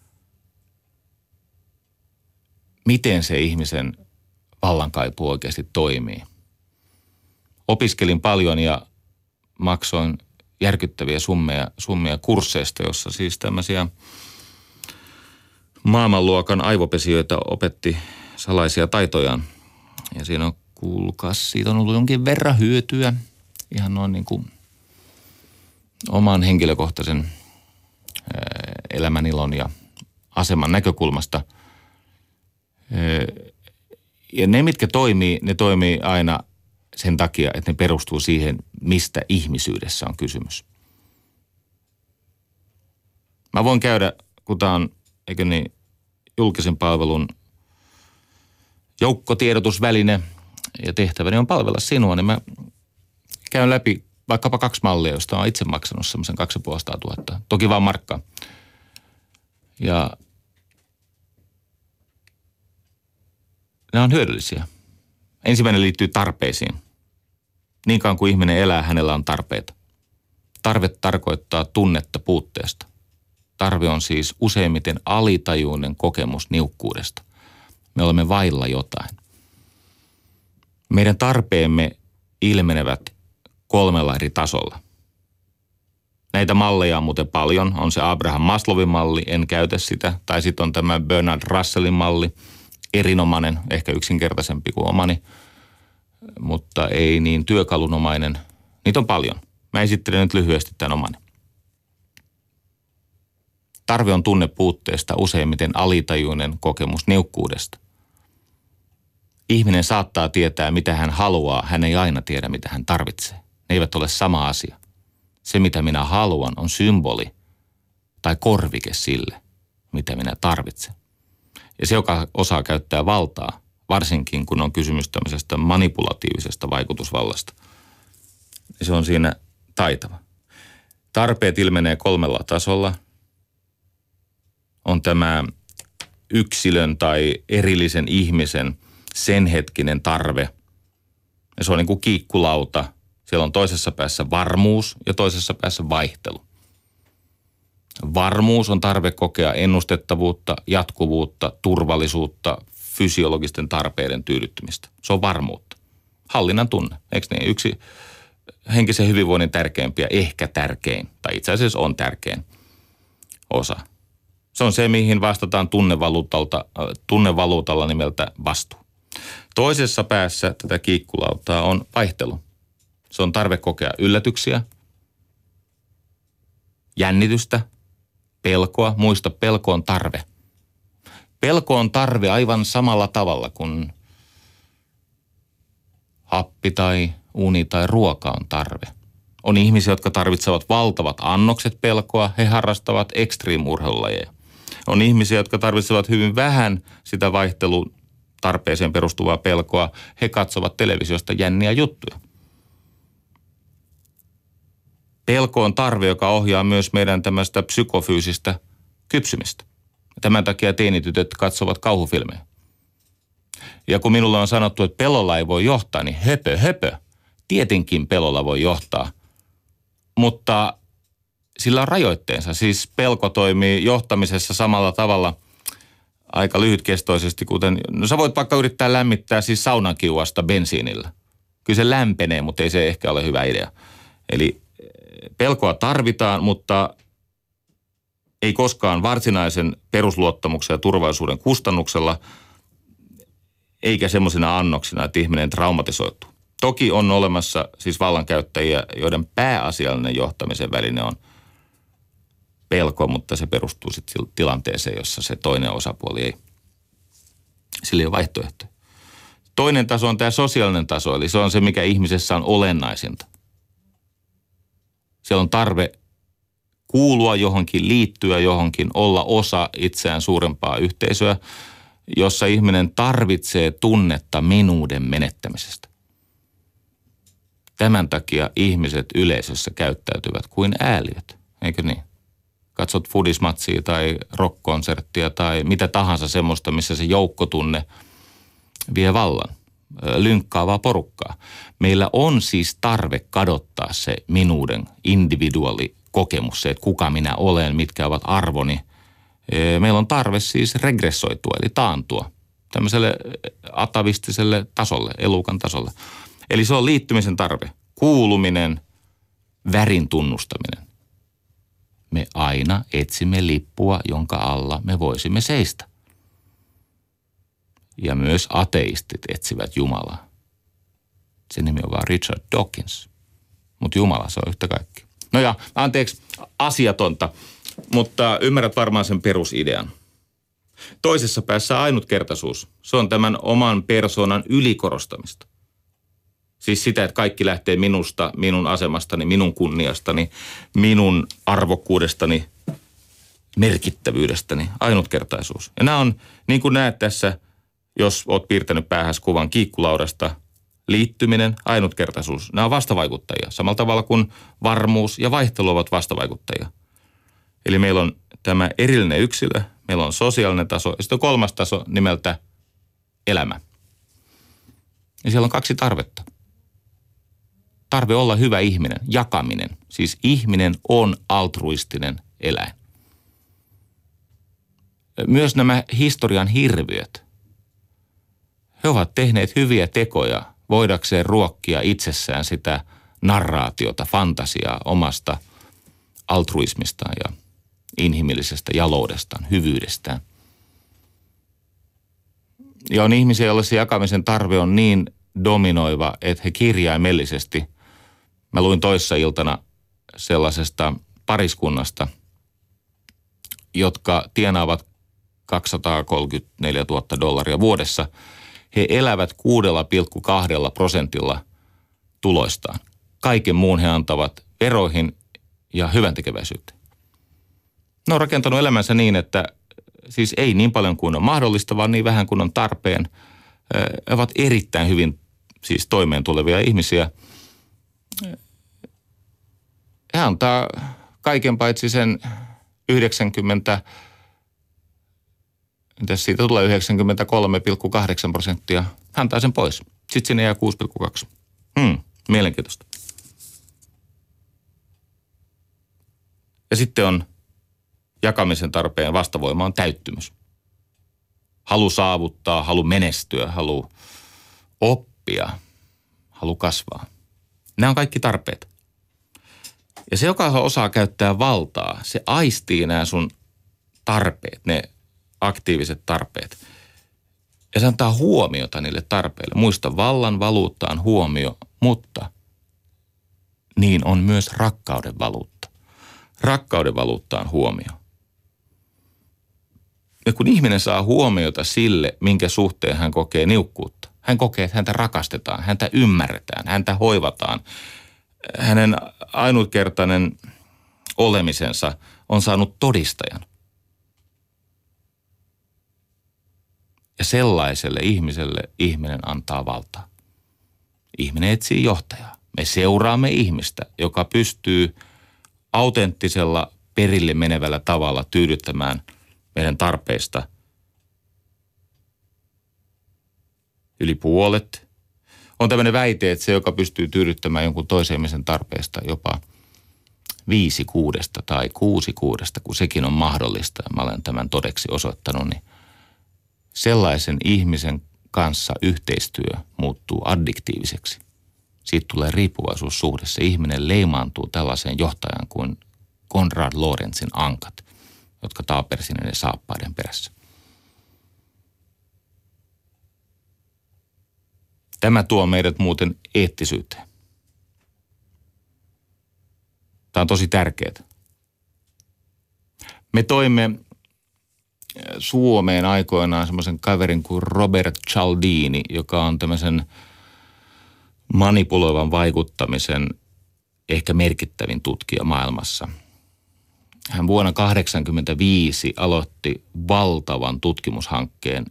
miten se ihmisen vallankaipu oikeasti toimii. Opiskelin paljon ja maksoin järkyttäviä summia kursseista, jossa siis tämmöisiä maailmanluokan aivopesijöitä opetti salaisia taitojaan. Ja siinä on, kuulkaas, siitä on ollut jonkin verran hyötyä ihan noin niin kuin oman henkilökohtaisen elämänilon ja aseman näkökulmasta. Ja ne, mitkä toimii, ne toimii aina sen takia, että ne perustuu siihen, mistä ihmisyydessä on kysymys. Mä voin käydä, kun tää on, eikö niin, julkisen palvelun joukkotiedotusväline ja tehtäväni on palvella sinua, niin mä käyn läpi vaikkapa 2 mallia, josta olen itse maksanut semmoisen 250 000. Toki vaan markkaa. Ja nämä on hyödyllisiä. Ensimmäinen liittyy tarpeisiin. Niin kauan kuin ihminen elää, hänellä on tarpeita. Tarve tarkoittaa tunnetta puutteesta. Tarve on siis useimmiten alitajuinen kokemus niukkuudesta. Me olemme vailla jotain. Meidän tarpeemme ilmenevät 3 eri tasolla. Näitä malleja on muuten paljon. On se Abraham Maslowin malli, en käytä sitä. Tai sitten on tämä Bernard Russellin malli. Erinomainen, ehkä yksinkertaisempi kuin omani, mutta ei niin työkalunomainen. Niitä on paljon. Mä esittelen nyt lyhyesti tämän omani. Tarve on tunne puutteesta, useimmiten alitajuinen kokemus niukkuudesta. Ihminen saattaa tietää, mitä hän haluaa, hän ei aina tiedä, mitä hän tarvitsee. Ne eivät ole sama asia. Se, mitä minä haluan, on symboli tai korvike sille, mitä minä tarvitsen. Ja se, joka osaa käyttää valtaa, varsinkin kun on kysymys tämmöisestä manipulatiivisesta vaikutusvallasta, niin se on siinä taitava. Tarpeet ilmenee 3 tasolla. On tämä yksilön tai erillisen ihmisen sen hetkinen tarve. Ja se on niin kuin kiikkulauta. Siellä on toisessa päässä varmuus ja toisessa päässä vaihtelu. Varmuus on tarve kokea ennustettavuutta, jatkuvuutta, turvallisuutta, fysiologisten tarpeiden tyydyttymistä. Se on varmuutta. Hallinnan tunne, eikö niin? Yksi henkisen hyvinvoinnin tärkeimpiä, ehkä tärkein, tai itse asiassa on tärkein osa. Se on se, mihin vastataan tunnevaluutalla nimeltä vastuu. Toisessa päässä tätä kiikkulautaa on vaihtelu. Se on tarve kokea yllätyksiä, jännitystä, pelkoa. Muista, pelko on tarve. Pelko on tarve aivan samalla tavalla kuin happi tai uni tai ruoka on tarve. On ihmisiä, jotka tarvitsevat valtavat annokset pelkoa. He harrastavat extreme-urheilulajeja. On ihmisiä, jotka tarvitsevat hyvin vähän sitä vaihtelun tarpeeseen perustuvaa pelkoa. He katsovat televisiosta jänniä juttuja. Pelko on tarve, joka ohjaa myös meidän tämmöistä psykofyysistä kypsymistä. Tämän takia teinitytöt katsovat kauhufilmejä. Ja kun minulle on sanottu, että pelolla ei voi johtaa, niin höpö. Tietenkin pelolla voi johtaa. Mutta sillä on rajoitteensa. Siis pelko toimii johtamisessa samalla tavalla aika lyhytkestoisesti, kuten, no sä voit vaikka yrittää lämmittää siis saunakiuasta bensiinillä. Kyllä se lämpenee, mutta ei se ehkä ole hyvä idea. Eli pelkoa tarvitaan, mutta ei koskaan varsinaisen perusluottamuksen ja turvallisuuden kustannuksella, eikä semmoisina annoksina, että ihminen traumatisoituu. Toki on olemassa siis vallankäyttäjiä, joiden pääasiallinen johtamisen väline on pelko, mutta se perustuu sitten tilanteeseen, jossa se toinen osapuoli ei. Sillä ei ole vaihtoehtoja. Toinen taso on tämä sosiaalinen taso, eli se on se, mikä ihmisessä on olennaisinta. Siellä on tarve kuulua johonkin, liittyä johonkin, olla osa itseään suurempaa yhteisöä, jossa ihminen tarvitsee tunnetta minuuden menettämisestä. Tämän takia ihmiset yleisössä käyttäytyvät kuin ääliöt, eikö niin? Katsot fudismatsia tai rock-konserttia tai mitä tahansa semmoista, missä se joukkotunne vie vallan, lynkkaavaa porukkaa. Meillä on siis tarve kadottaa se minuuden individuaalikokemus, se, että kuka minä olen, mitkä ovat arvoni. Meillä on tarve siis regressoitua, eli taantua tämmöiselle atavistiselle tasolle, elukan tasolle. Eli se on liittymisen tarve, kuuluminen, värin tunnustaminen. Me aina etsimme lippua, jonka alla me voisimme seistä. Ja myös ateistit etsivät Jumalaa. Se nimi on vaan Richard Dawkins. Mutta Jumala, se on yhtä kaikki. No ja, anteeksi, asiatonta, mutta ymmärrät varmaan sen perusidean. Toisessa päässä ainutkertaisuus. Se on tämän oman persoonan ylikorostamista. Siis sitä, että kaikki lähtee minusta, minun asemastani, minun kunniastani, minun arvokkuudestani, merkittävyydestäni, ainutkertaisuus. Ja nämä on, niin kuin näet tässä, jos olet piirtänyt päähäs kuvan kiikkulaudasta, liittyminen, ainutkertaisuus. Nämä on vastavaikuttajia, samalla tavalla kuin varmuus ja vaihtelu ovat vastavaikuttajia. Eli meillä on tämä erillinen yksilö, meillä on sosiaalinen taso ja sitten on kolmas taso nimeltä elämä. Ja siellä on kaksi tarvetta. Tarve olla hyvä ihminen, jakaminen. Siis ihminen on altruistinen eläin. Myös nämä historian hirviöt. He ovat tehneet hyviä tekoja voidakseen ruokkia itsessään sitä narraatiota, fantasiaa omasta altruismistaan ja inhimillisestä jaloudestaan, hyvyydestään. Ja on ihmisiä, joille se jakamisen tarve on niin dominoiva, että he kirjaimellisesti, mä luin toissa iltana sellaisesta pariskunnasta, jotka tienaavat $234,000 vuodessa. He elävät 6,2% tuloistaan. Kaiken muun he antavat veroihin ja hyväntekeväisyyteen. Ne on rakentanut elämänsä niin, että siis ei niin paljon kuin on mahdollista, vaan niin vähän kuin on tarpeen. He ovat erittäin hyvin siis toimeen tulevia ihmisiä. He antaa kaiken paitsi sen 90, mitäs siitä tulee 93,8%. Hän antaa sen pois. Sitten sinne jää 6,2. Mielenkiintoista. Ja sitten on jakamisen tarpeen vastavoima on täyttymys. Halu saavuttaa, halu menestyä, halu oppia, halu kasvaa. Nämä on kaikki tarpeet. Ja se, joka osaa käyttää valtaa, se aistii nämä sun tarpeet, ne aktiiviset tarpeet. Ja se antaa huomiota niille tarpeille. Muista, vallan valuutta on huomio, mutta niin on myös rakkauden valuutta. Rakkauden valuutta on huomio. Ja kun ihminen saa huomiota sille, minkä suhteen hän kokee niukkuutta, hän kokee, että häntä rakastetaan, häntä ymmärretään, häntä hoivataan. Hänen ainutkertainen olemisensa on saanut todistajan. Ja sellaiselle ihmiselle ihminen antaa valtaa. Ihminen etsii johtajaa. Me seuraamme ihmistä, joka pystyy autenttisella perille menevällä tavalla tyydyttämään meidän tarpeista yli puolet. On tämmöinen väite, että se, joka pystyy tyydyttämään jonkun toisen ihmisen tarpeesta jopa 5 kuudesta tai 6 kuudesta, kun sekin on mahdollista, ja mä olen tämän todeksi osoittanut, niin sellaisen ihmisen kanssa yhteistyö muuttuu addiktiiviseksi. Siitä tulee riippuvaisuussuhde. Se ihminen leimaantuu tällaiseen johtajaan kuin Konrad Lorenzin ankat, jotka taapersi ne saappaiden perässä. Tämä tuo meidät muuten eettisyyteen. Tämä on tosi tärkeää. Me toimme Suomeen aikoinaan semmoisen kaverin kuin Robert Cialdini, joka on tämmöisen manipuloivan vaikuttamisen ehkä merkittävin tutkija maailmassa. Hän vuonna 1985 aloitti valtavan tutkimushankkeen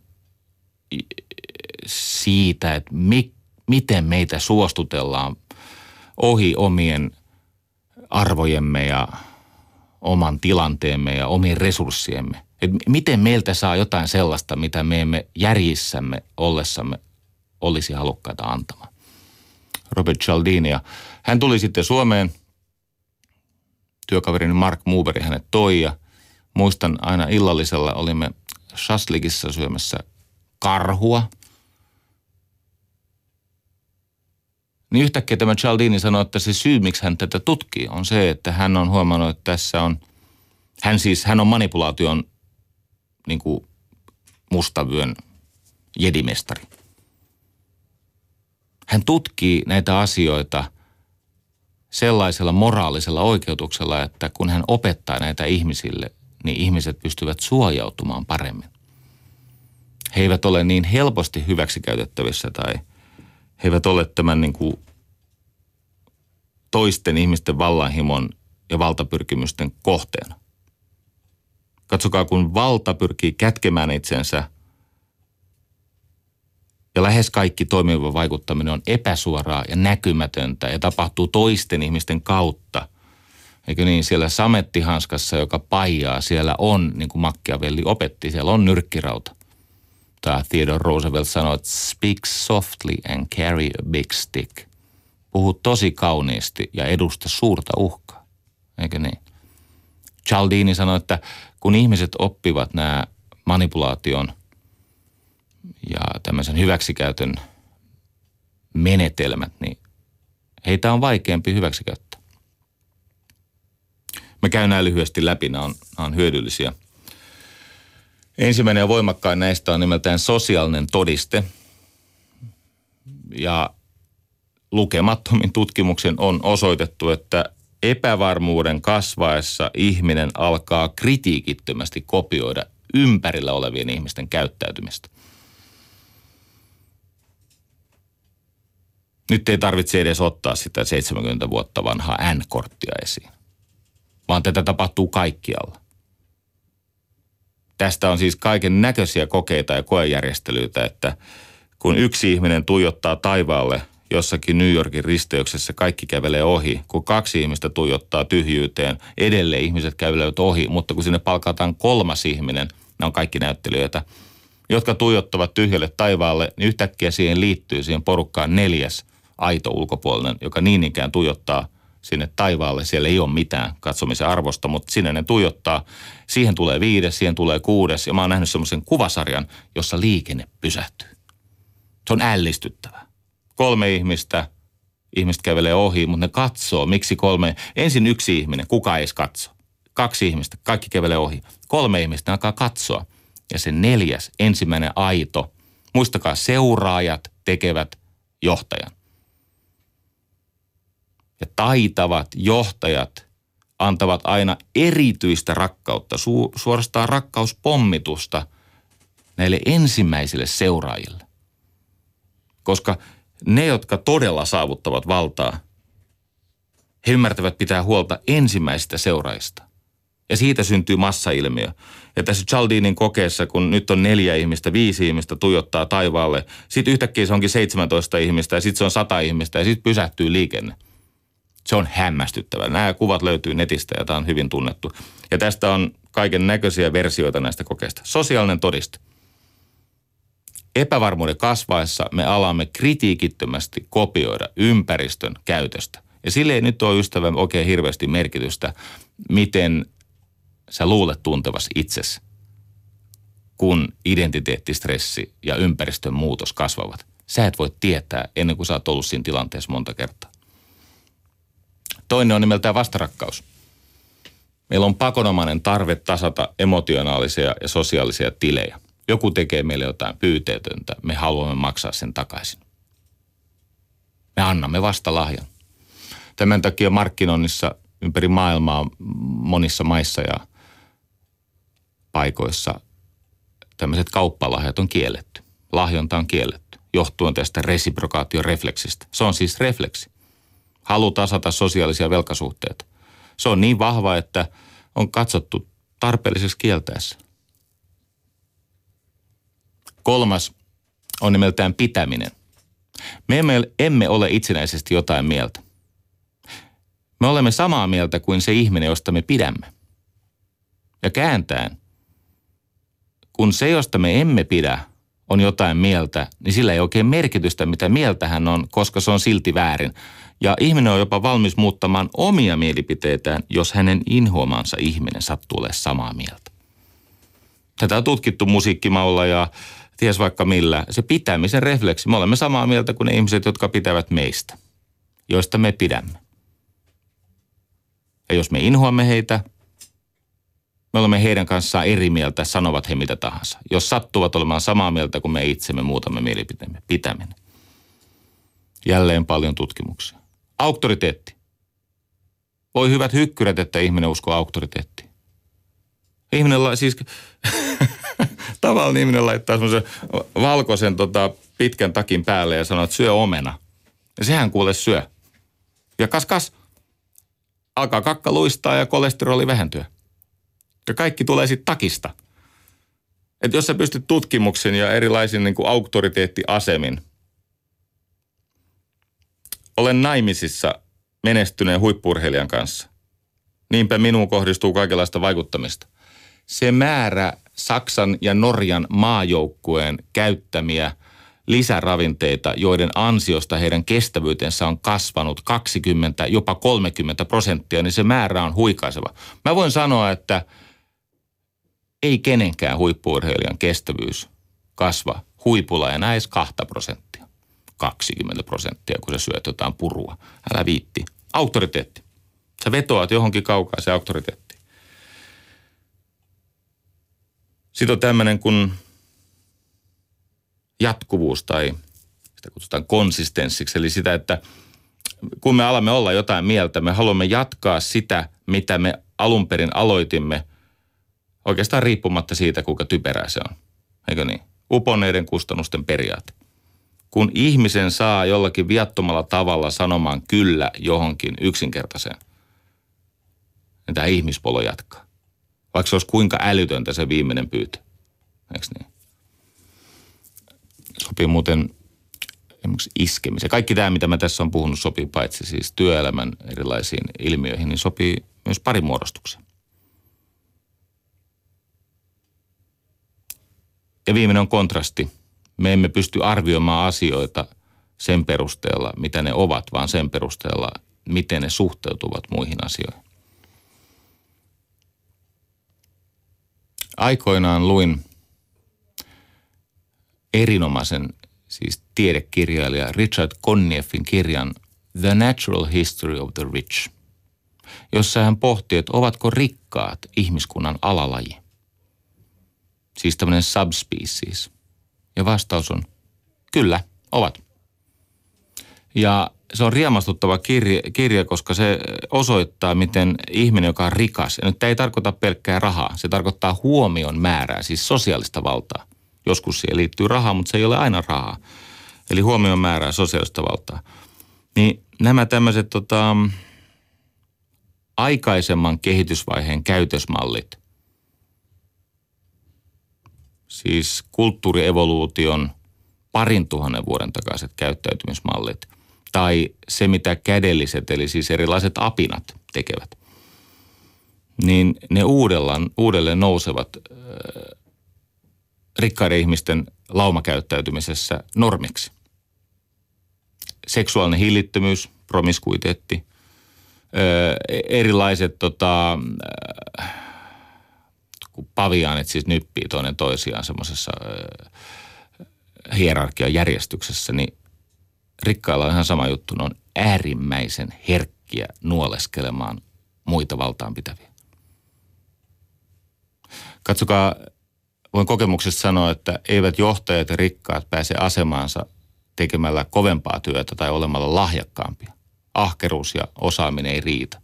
siitä, että miten meitä suostutellaan ohi omien arvojemme ja oman tilanteemme ja omien resurssiemme. Et miten meiltä saa jotain sellaista, mitä me emme järjissämme ollessamme olisi halukkaita antamaan. Robert Cialdini, ja hän tuli sitten Suomeen. Työkaverini Mark Muberi hänet toi, ja muistan aina illallisella olimme shashlikissa syömässä karhua. Niin yhtäkkiä tämä Cialdini sanoi, että se syy, miksi hän tätä tutkii, on se, että hän on huomannut, että tässä on, hän on manipulaation niin kuin mustavyön jedimestari. Hän tutkii näitä asioita sellaisella moraalisella oikeutuksella, että kun hän opettaa näitä ihmisille, niin ihmiset pystyvät suojautumaan paremmin. He eivät ole niin helposti hyväksikäytettävissä tai he eivät ole tämän niin kuin toisten ihmisten vallanhimon ja valtapyrkimysten kohteena. Katsokaa, kun valta pyrkii kätkemään itsensä ja lähes kaikki toimiva vaikuttaminen on epäsuoraa ja näkymätöntä ja tapahtuu toisten ihmisten kautta. Eikö niin, siellä samettihanskassa, joka paijaa, siellä on, niin kuin Machiavelli opetti, siellä on nyrkkirauta. Tai Theodore Roosevelt sanoi, että speak softly and carry a big stick. Puhu tosi kauniisti ja edusta suurta uhkaa. Eikö niin? Cialdini sanoi, että kun ihmiset oppivat nämä manipulaation ja tämmöisen hyväksikäytön menetelmät, niin heitä on vaikeampi hyväksikäyttää. Mä käyn nämä lyhyesti läpi, nämä on hyödyllisiä. Ensimmäinen ja voimakkain näistä on nimeltään sosiaalinen todiste. Ja lukemattomin tutkimuksen on osoitettu, että epävarmuuden kasvaessa ihminen alkaa kritiikittömästi kopioida ympärillä olevien ihmisten käyttäytymistä. Nyt ei tarvitse edes ottaa sitä 70 vuotta vanhaa N-korttia esiin, vaan tätä tapahtuu kaikkialla. Tästä on siis kaiken näköisiä kokeita ja koejärjestelyitä, että kun yksi ihminen tuijottaa taivaalle jossakin New Yorkin risteyksessä, kaikki kävelee ohi. Kun 2 ihmistä tuijottaa tyhjyyteen, edelleen ihmiset kävelevät ohi, mutta kun sinne palkataan 3 ihminen, nämä on kaikki näyttelijöitä, jotka tuijottavat tyhjälle taivaalle, niin yhtäkkiä siihen porukkaan 4. aito ulkopuolinen, joka niin ikään tuijottaa sinne taivaalle. Siellä ei ole mitään katsomisen arvosta, mutta sinne ne tuijottaa. Siihen tulee 5, siihen tulee 6. Ja mä oon nähnyt semmoisen kuvasarjan, jossa liikenne pysähtyy. Se on ällistyttävää. 3 ihmiset kävelee ohi, mutta ne katsoo. Miksi 3? Ensin 1 ihminen, kuka ei katso. 2 ihmistä, kaikki kävelee ohi. 3 ihmistä, ne alkaa katsoa. Ja se 4. ensimmäinen aito, muistakaa, seuraajat tekevät johtajan. Ja taitavat johtajat antavat aina erityistä rakkautta, suorastaan rakkauspomitusta näille ensimmäisille seuraajille. Koska ne, jotka todella saavuttavat valtaa, he ymmärtävät pitää huolta ensimmäisistä seuraajista. Ja siitä syntyy massailmiö. Ja tässä Cialdinin kokeessa, kun nyt on 4 ihmistä, 5 ihmistä tuijottaa taivaalle, sitten yhtäkkiä se onkin 17 ihmistä ja sitten se on 100 ihmistä ja sitten pysähtyy liikenne. Se on hämmästyttävää. Nämä kuvat löytyy netistä ja tämä on hyvin tunnettu. Ja tästä on kaiken näköisiä versioita näistä kokeista. Sosiaalinen todiste. Epävarmuuden kasvaessa me alamme kritiikittömästi kopioida ympäristön käytöstä. Ja sille ei nyt ole ystävä oikein hirveästi merkitystä, miten sä luulet tuntevasi itsesi, kun identiteettistressi ja ympäristön muutos kasvavat. Sä et voi tietää ennen kuin sä oot ollut siinä tilanteessa monta kertaa. Toinen on nimeltään vastarakkaus. Meillä on pakonomainen tarve tasata emotionaalisia ja sosiaalisia tilejä. Joku tekee meille jotain pyyteetöntä, me haluamme maksaa sen takaisin. Me annamme vastalahjan. Tämän takia markkinoinnissa ympäri maailmaa monissa maissa ja paikoissa tämmöiset kauppalahjat on kielletty. Lahjonta on kielletty, johtuen tästä resiprokaatiorefleksistä. Se on siis refleksi. Halu tasata sosiaalisia velkasuhteita. Se on niin vahva, että on katsottu tarpeelliseksi kieltäessä. Kolmas on nimeltään pitäminen. Me emme ole itsenäisesti jotain mieltä. Me olemme samaa mieltä kuin se ihminen, josta me pidämme. Ja kääntäen, kun se, josta me emme pidä, on jotain mieltä, niin sillä ei oikein merkitystä, mitä mieltä hän on, koska se on silti väärin. Ja ihminen on jopa valmis muuttamaan omia mielipiteitään, jos hänen inhoamansa ihminen sattuu olemaan samaa mieltä. Tätä on tutkittu musiikkimaulla ja ties vaikka millä. Se pitämisen refleksi. Me olemme samaa mieltä kuin ne ihmiset, jotka pitävät meistä, joista me pidämme. Ja jos me inhoamme heitä, me olemme heidän kanssaan eri mieltä, sanovat he mitä tahansa. Jos sattuvat olemaan samaa mieltä kuin me itsemme muutamme mielipiteemme, pitäminen. Jälleen paljon tutkimuksia. Auktoriteetti. Voi hyvät hykkyrät, että ihminen uskoo auktoriteettiin. Ihminen, siis tavallinen ihminen laittaa semmoisen valkoisen pitkän takin päälle ja sanoo, että syö omena. Ja sehän kuule syö. Ja kas. Alkaa kakka luistaa ja kolesteroli vähentyä. Ja kaikki tulee sitten takista. Että jos sä pystyt tutkimuksin ja erilaisin niin kuin auktoriteettiasemin. Olen naimisissa menestyneen huippu-urheilijan kanssa. Niinpä minuun kohdistuu kaikenlaista vaikuttamista. Se määrä Saksan ja Norjan maajoukkueen käyttämiä lisäravinteita, joiden ansiosta heidän kestävyytensä on kasvanut 20, jopa 30%, niin se määrä on huikaiseva. Mä voin sanoa, että ei kenenkään huippu-urheilijan kestävyys kasva huipulla enää edes 2%. 20%, kun sä syöt jotain purua. Älä viitti. Auktoriteetti. Sä vetoat johonkin kaukaa se auktoriteetti. Sitten on tämmöinen kuin jatkuvuus tai sitä kutsutaan konsistenssiksi. Eli sitä, että kun me alamme olla jotain mieltä, me haluamme jatkaa sitä, mitä me alun perin aloitimme, oikeastaan riippumatta siitä, kuinka typerää se on. Eikö niin? Uponneiden kustannusten periaate. Kun ihmisen saa jollakin viattomalla tavalla sanomaan kyllä johonkin yksinkertaiseen, niin tämä ihmispolo jatkaa. Vaikka se olisi kuinka älytöntä se viimeinen pyytö. Eikö niin? Sopii muuten esimerkiksi iskemiseen. Kaikki tämä, mitä mä tässä on puhunut, sopii paitsi siis työelämän erilaisiin ilmiöihin, niin sopii myös parimuodostukseen. Ja viimeinen on kontrasti. Me emme pysty arvioimaan asioita sen perusteella, mitä ne ovat, vaan sen perusteella, miten ne suhteutuvat muihin asioihin. Aikoinaan luin erinomaisen siis tiedekirjailija Richard Connieffin kirjan The Natural History of the Rich, jossa hän pohti, että ovatko rikkaat ihmiskunnan alalaji. Siis tämmöinen subspecies. Ja vastaus on, kyllä, ovat. Ja se on riemastuttava kirja, koska se osoittaa, miten ihminen, joka on rikas, ja nyt tämä ei tarkoita pelkkää rahaa, se tarkoittaa huomion määrää, siis sosiaalista valtaa. Joskus siihen liittyy rahaa, mutta se ei ole aina rahaa. Eli huomion määrää, sosiaalista valtaa. Niin nämä tämmöiset aikaisemman kehitysvaiheen käytösmallit, siis kulttuurievoluution 2000 vuoden takaiset käyttäytymismallit, tai se, mitä kädelliset, eli siis erilaiset apinat tekevät, niin ne uudelleen nousevat rikkaiden ihmisten laumakäyttäytymisessä normiksi. Seksuaalinen hillittömyys, promiskuiteetti, erilaiset kun paviaanit siis nyppii toinen toisiaan semmoisessa hierarkian järjestyksessä, niin rikkailla on ihan sama juttu. Ne on äärimmäisen herkkiä nuoleskelemaan muita valtaan pitäviä. Katsokaa, voin kokemuksesta sanoa, että eivät johtajat ja rikkaat pääse asemaansa tekemällä kovempaa työtä tai olemalla lahjakkaampia. Ahkeruus ja osaaminen ei riitä.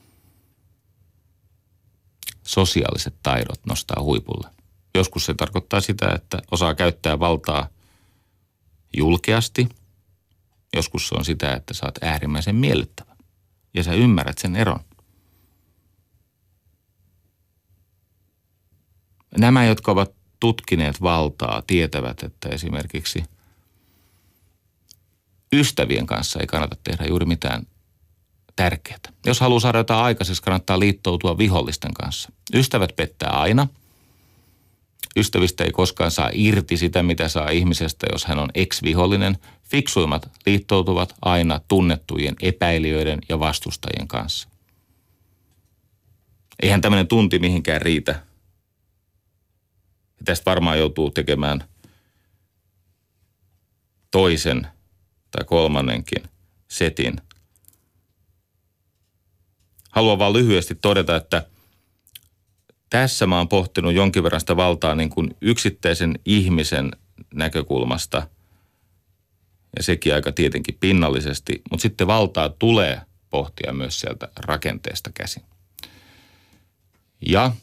Sosiaaliset taidot nostaa huipulle. Joskus se tarkoittaa sitä, että osaa käyttää valtaa julkeasti. Joskus se on sitä, että sä oot äärimmäisen miellyttävä. Ja sä ymmärrät sen eron. Nämä, jotka ovat tutkineet valtaa, tietävät, että esimerkiksi ystävien kanssa ei kannata tehdä juuri mitään tärkeää. Jos haluaa saada jotain aikaiseksi, kannattaa liittoutua vihollisten kanssa. Ystävät pettää aina. Ystävistä ei koskaan saa irti sitä, mitä saa ihmisestä, jos hän on ex-vihollinen. Fiksuimmat liittoutuvat aina tunnettujen epäilijöiden ja vastustajien kanssa. Eihän tämmöinen tunti mihinkään riitä. Ja tästä varmaan joutuu tekemään toisen tai kolmannenkin setin. Haluan vaan lyhyesti todeta, että tässä mä oon pohtinut jonkin verran sitä valtaa niin kuin yksittäisen ihmisen näkökulmasta ja sekin aika tietenkin pinnallisesti, mutta sitten valtaa tulee pohtia myös sieltä rakenteesta käsin. Ja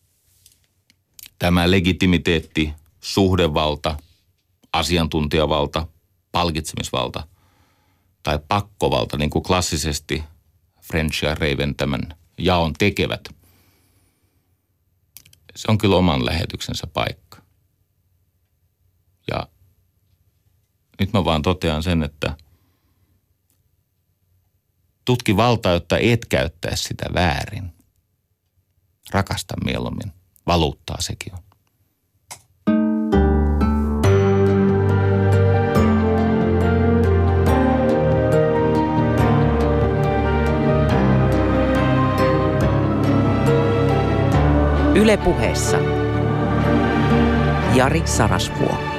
tämä legitimiteetti, suhdevalta, asiantuntijavalta, palkitsemisvalta tai pakkovalta, niin kuin klassisesti French ja Raven tämän jaon tekevät, se on kyllä oman lähetyksensä paikka. Ja nyt mä vaan totean sen, että tutki valtaa, jotta et käyttäisi sitä väärin. Rakasta mieluummin. Valuuttaa sekin on. Yle Puheessa Jari Sarasvuo.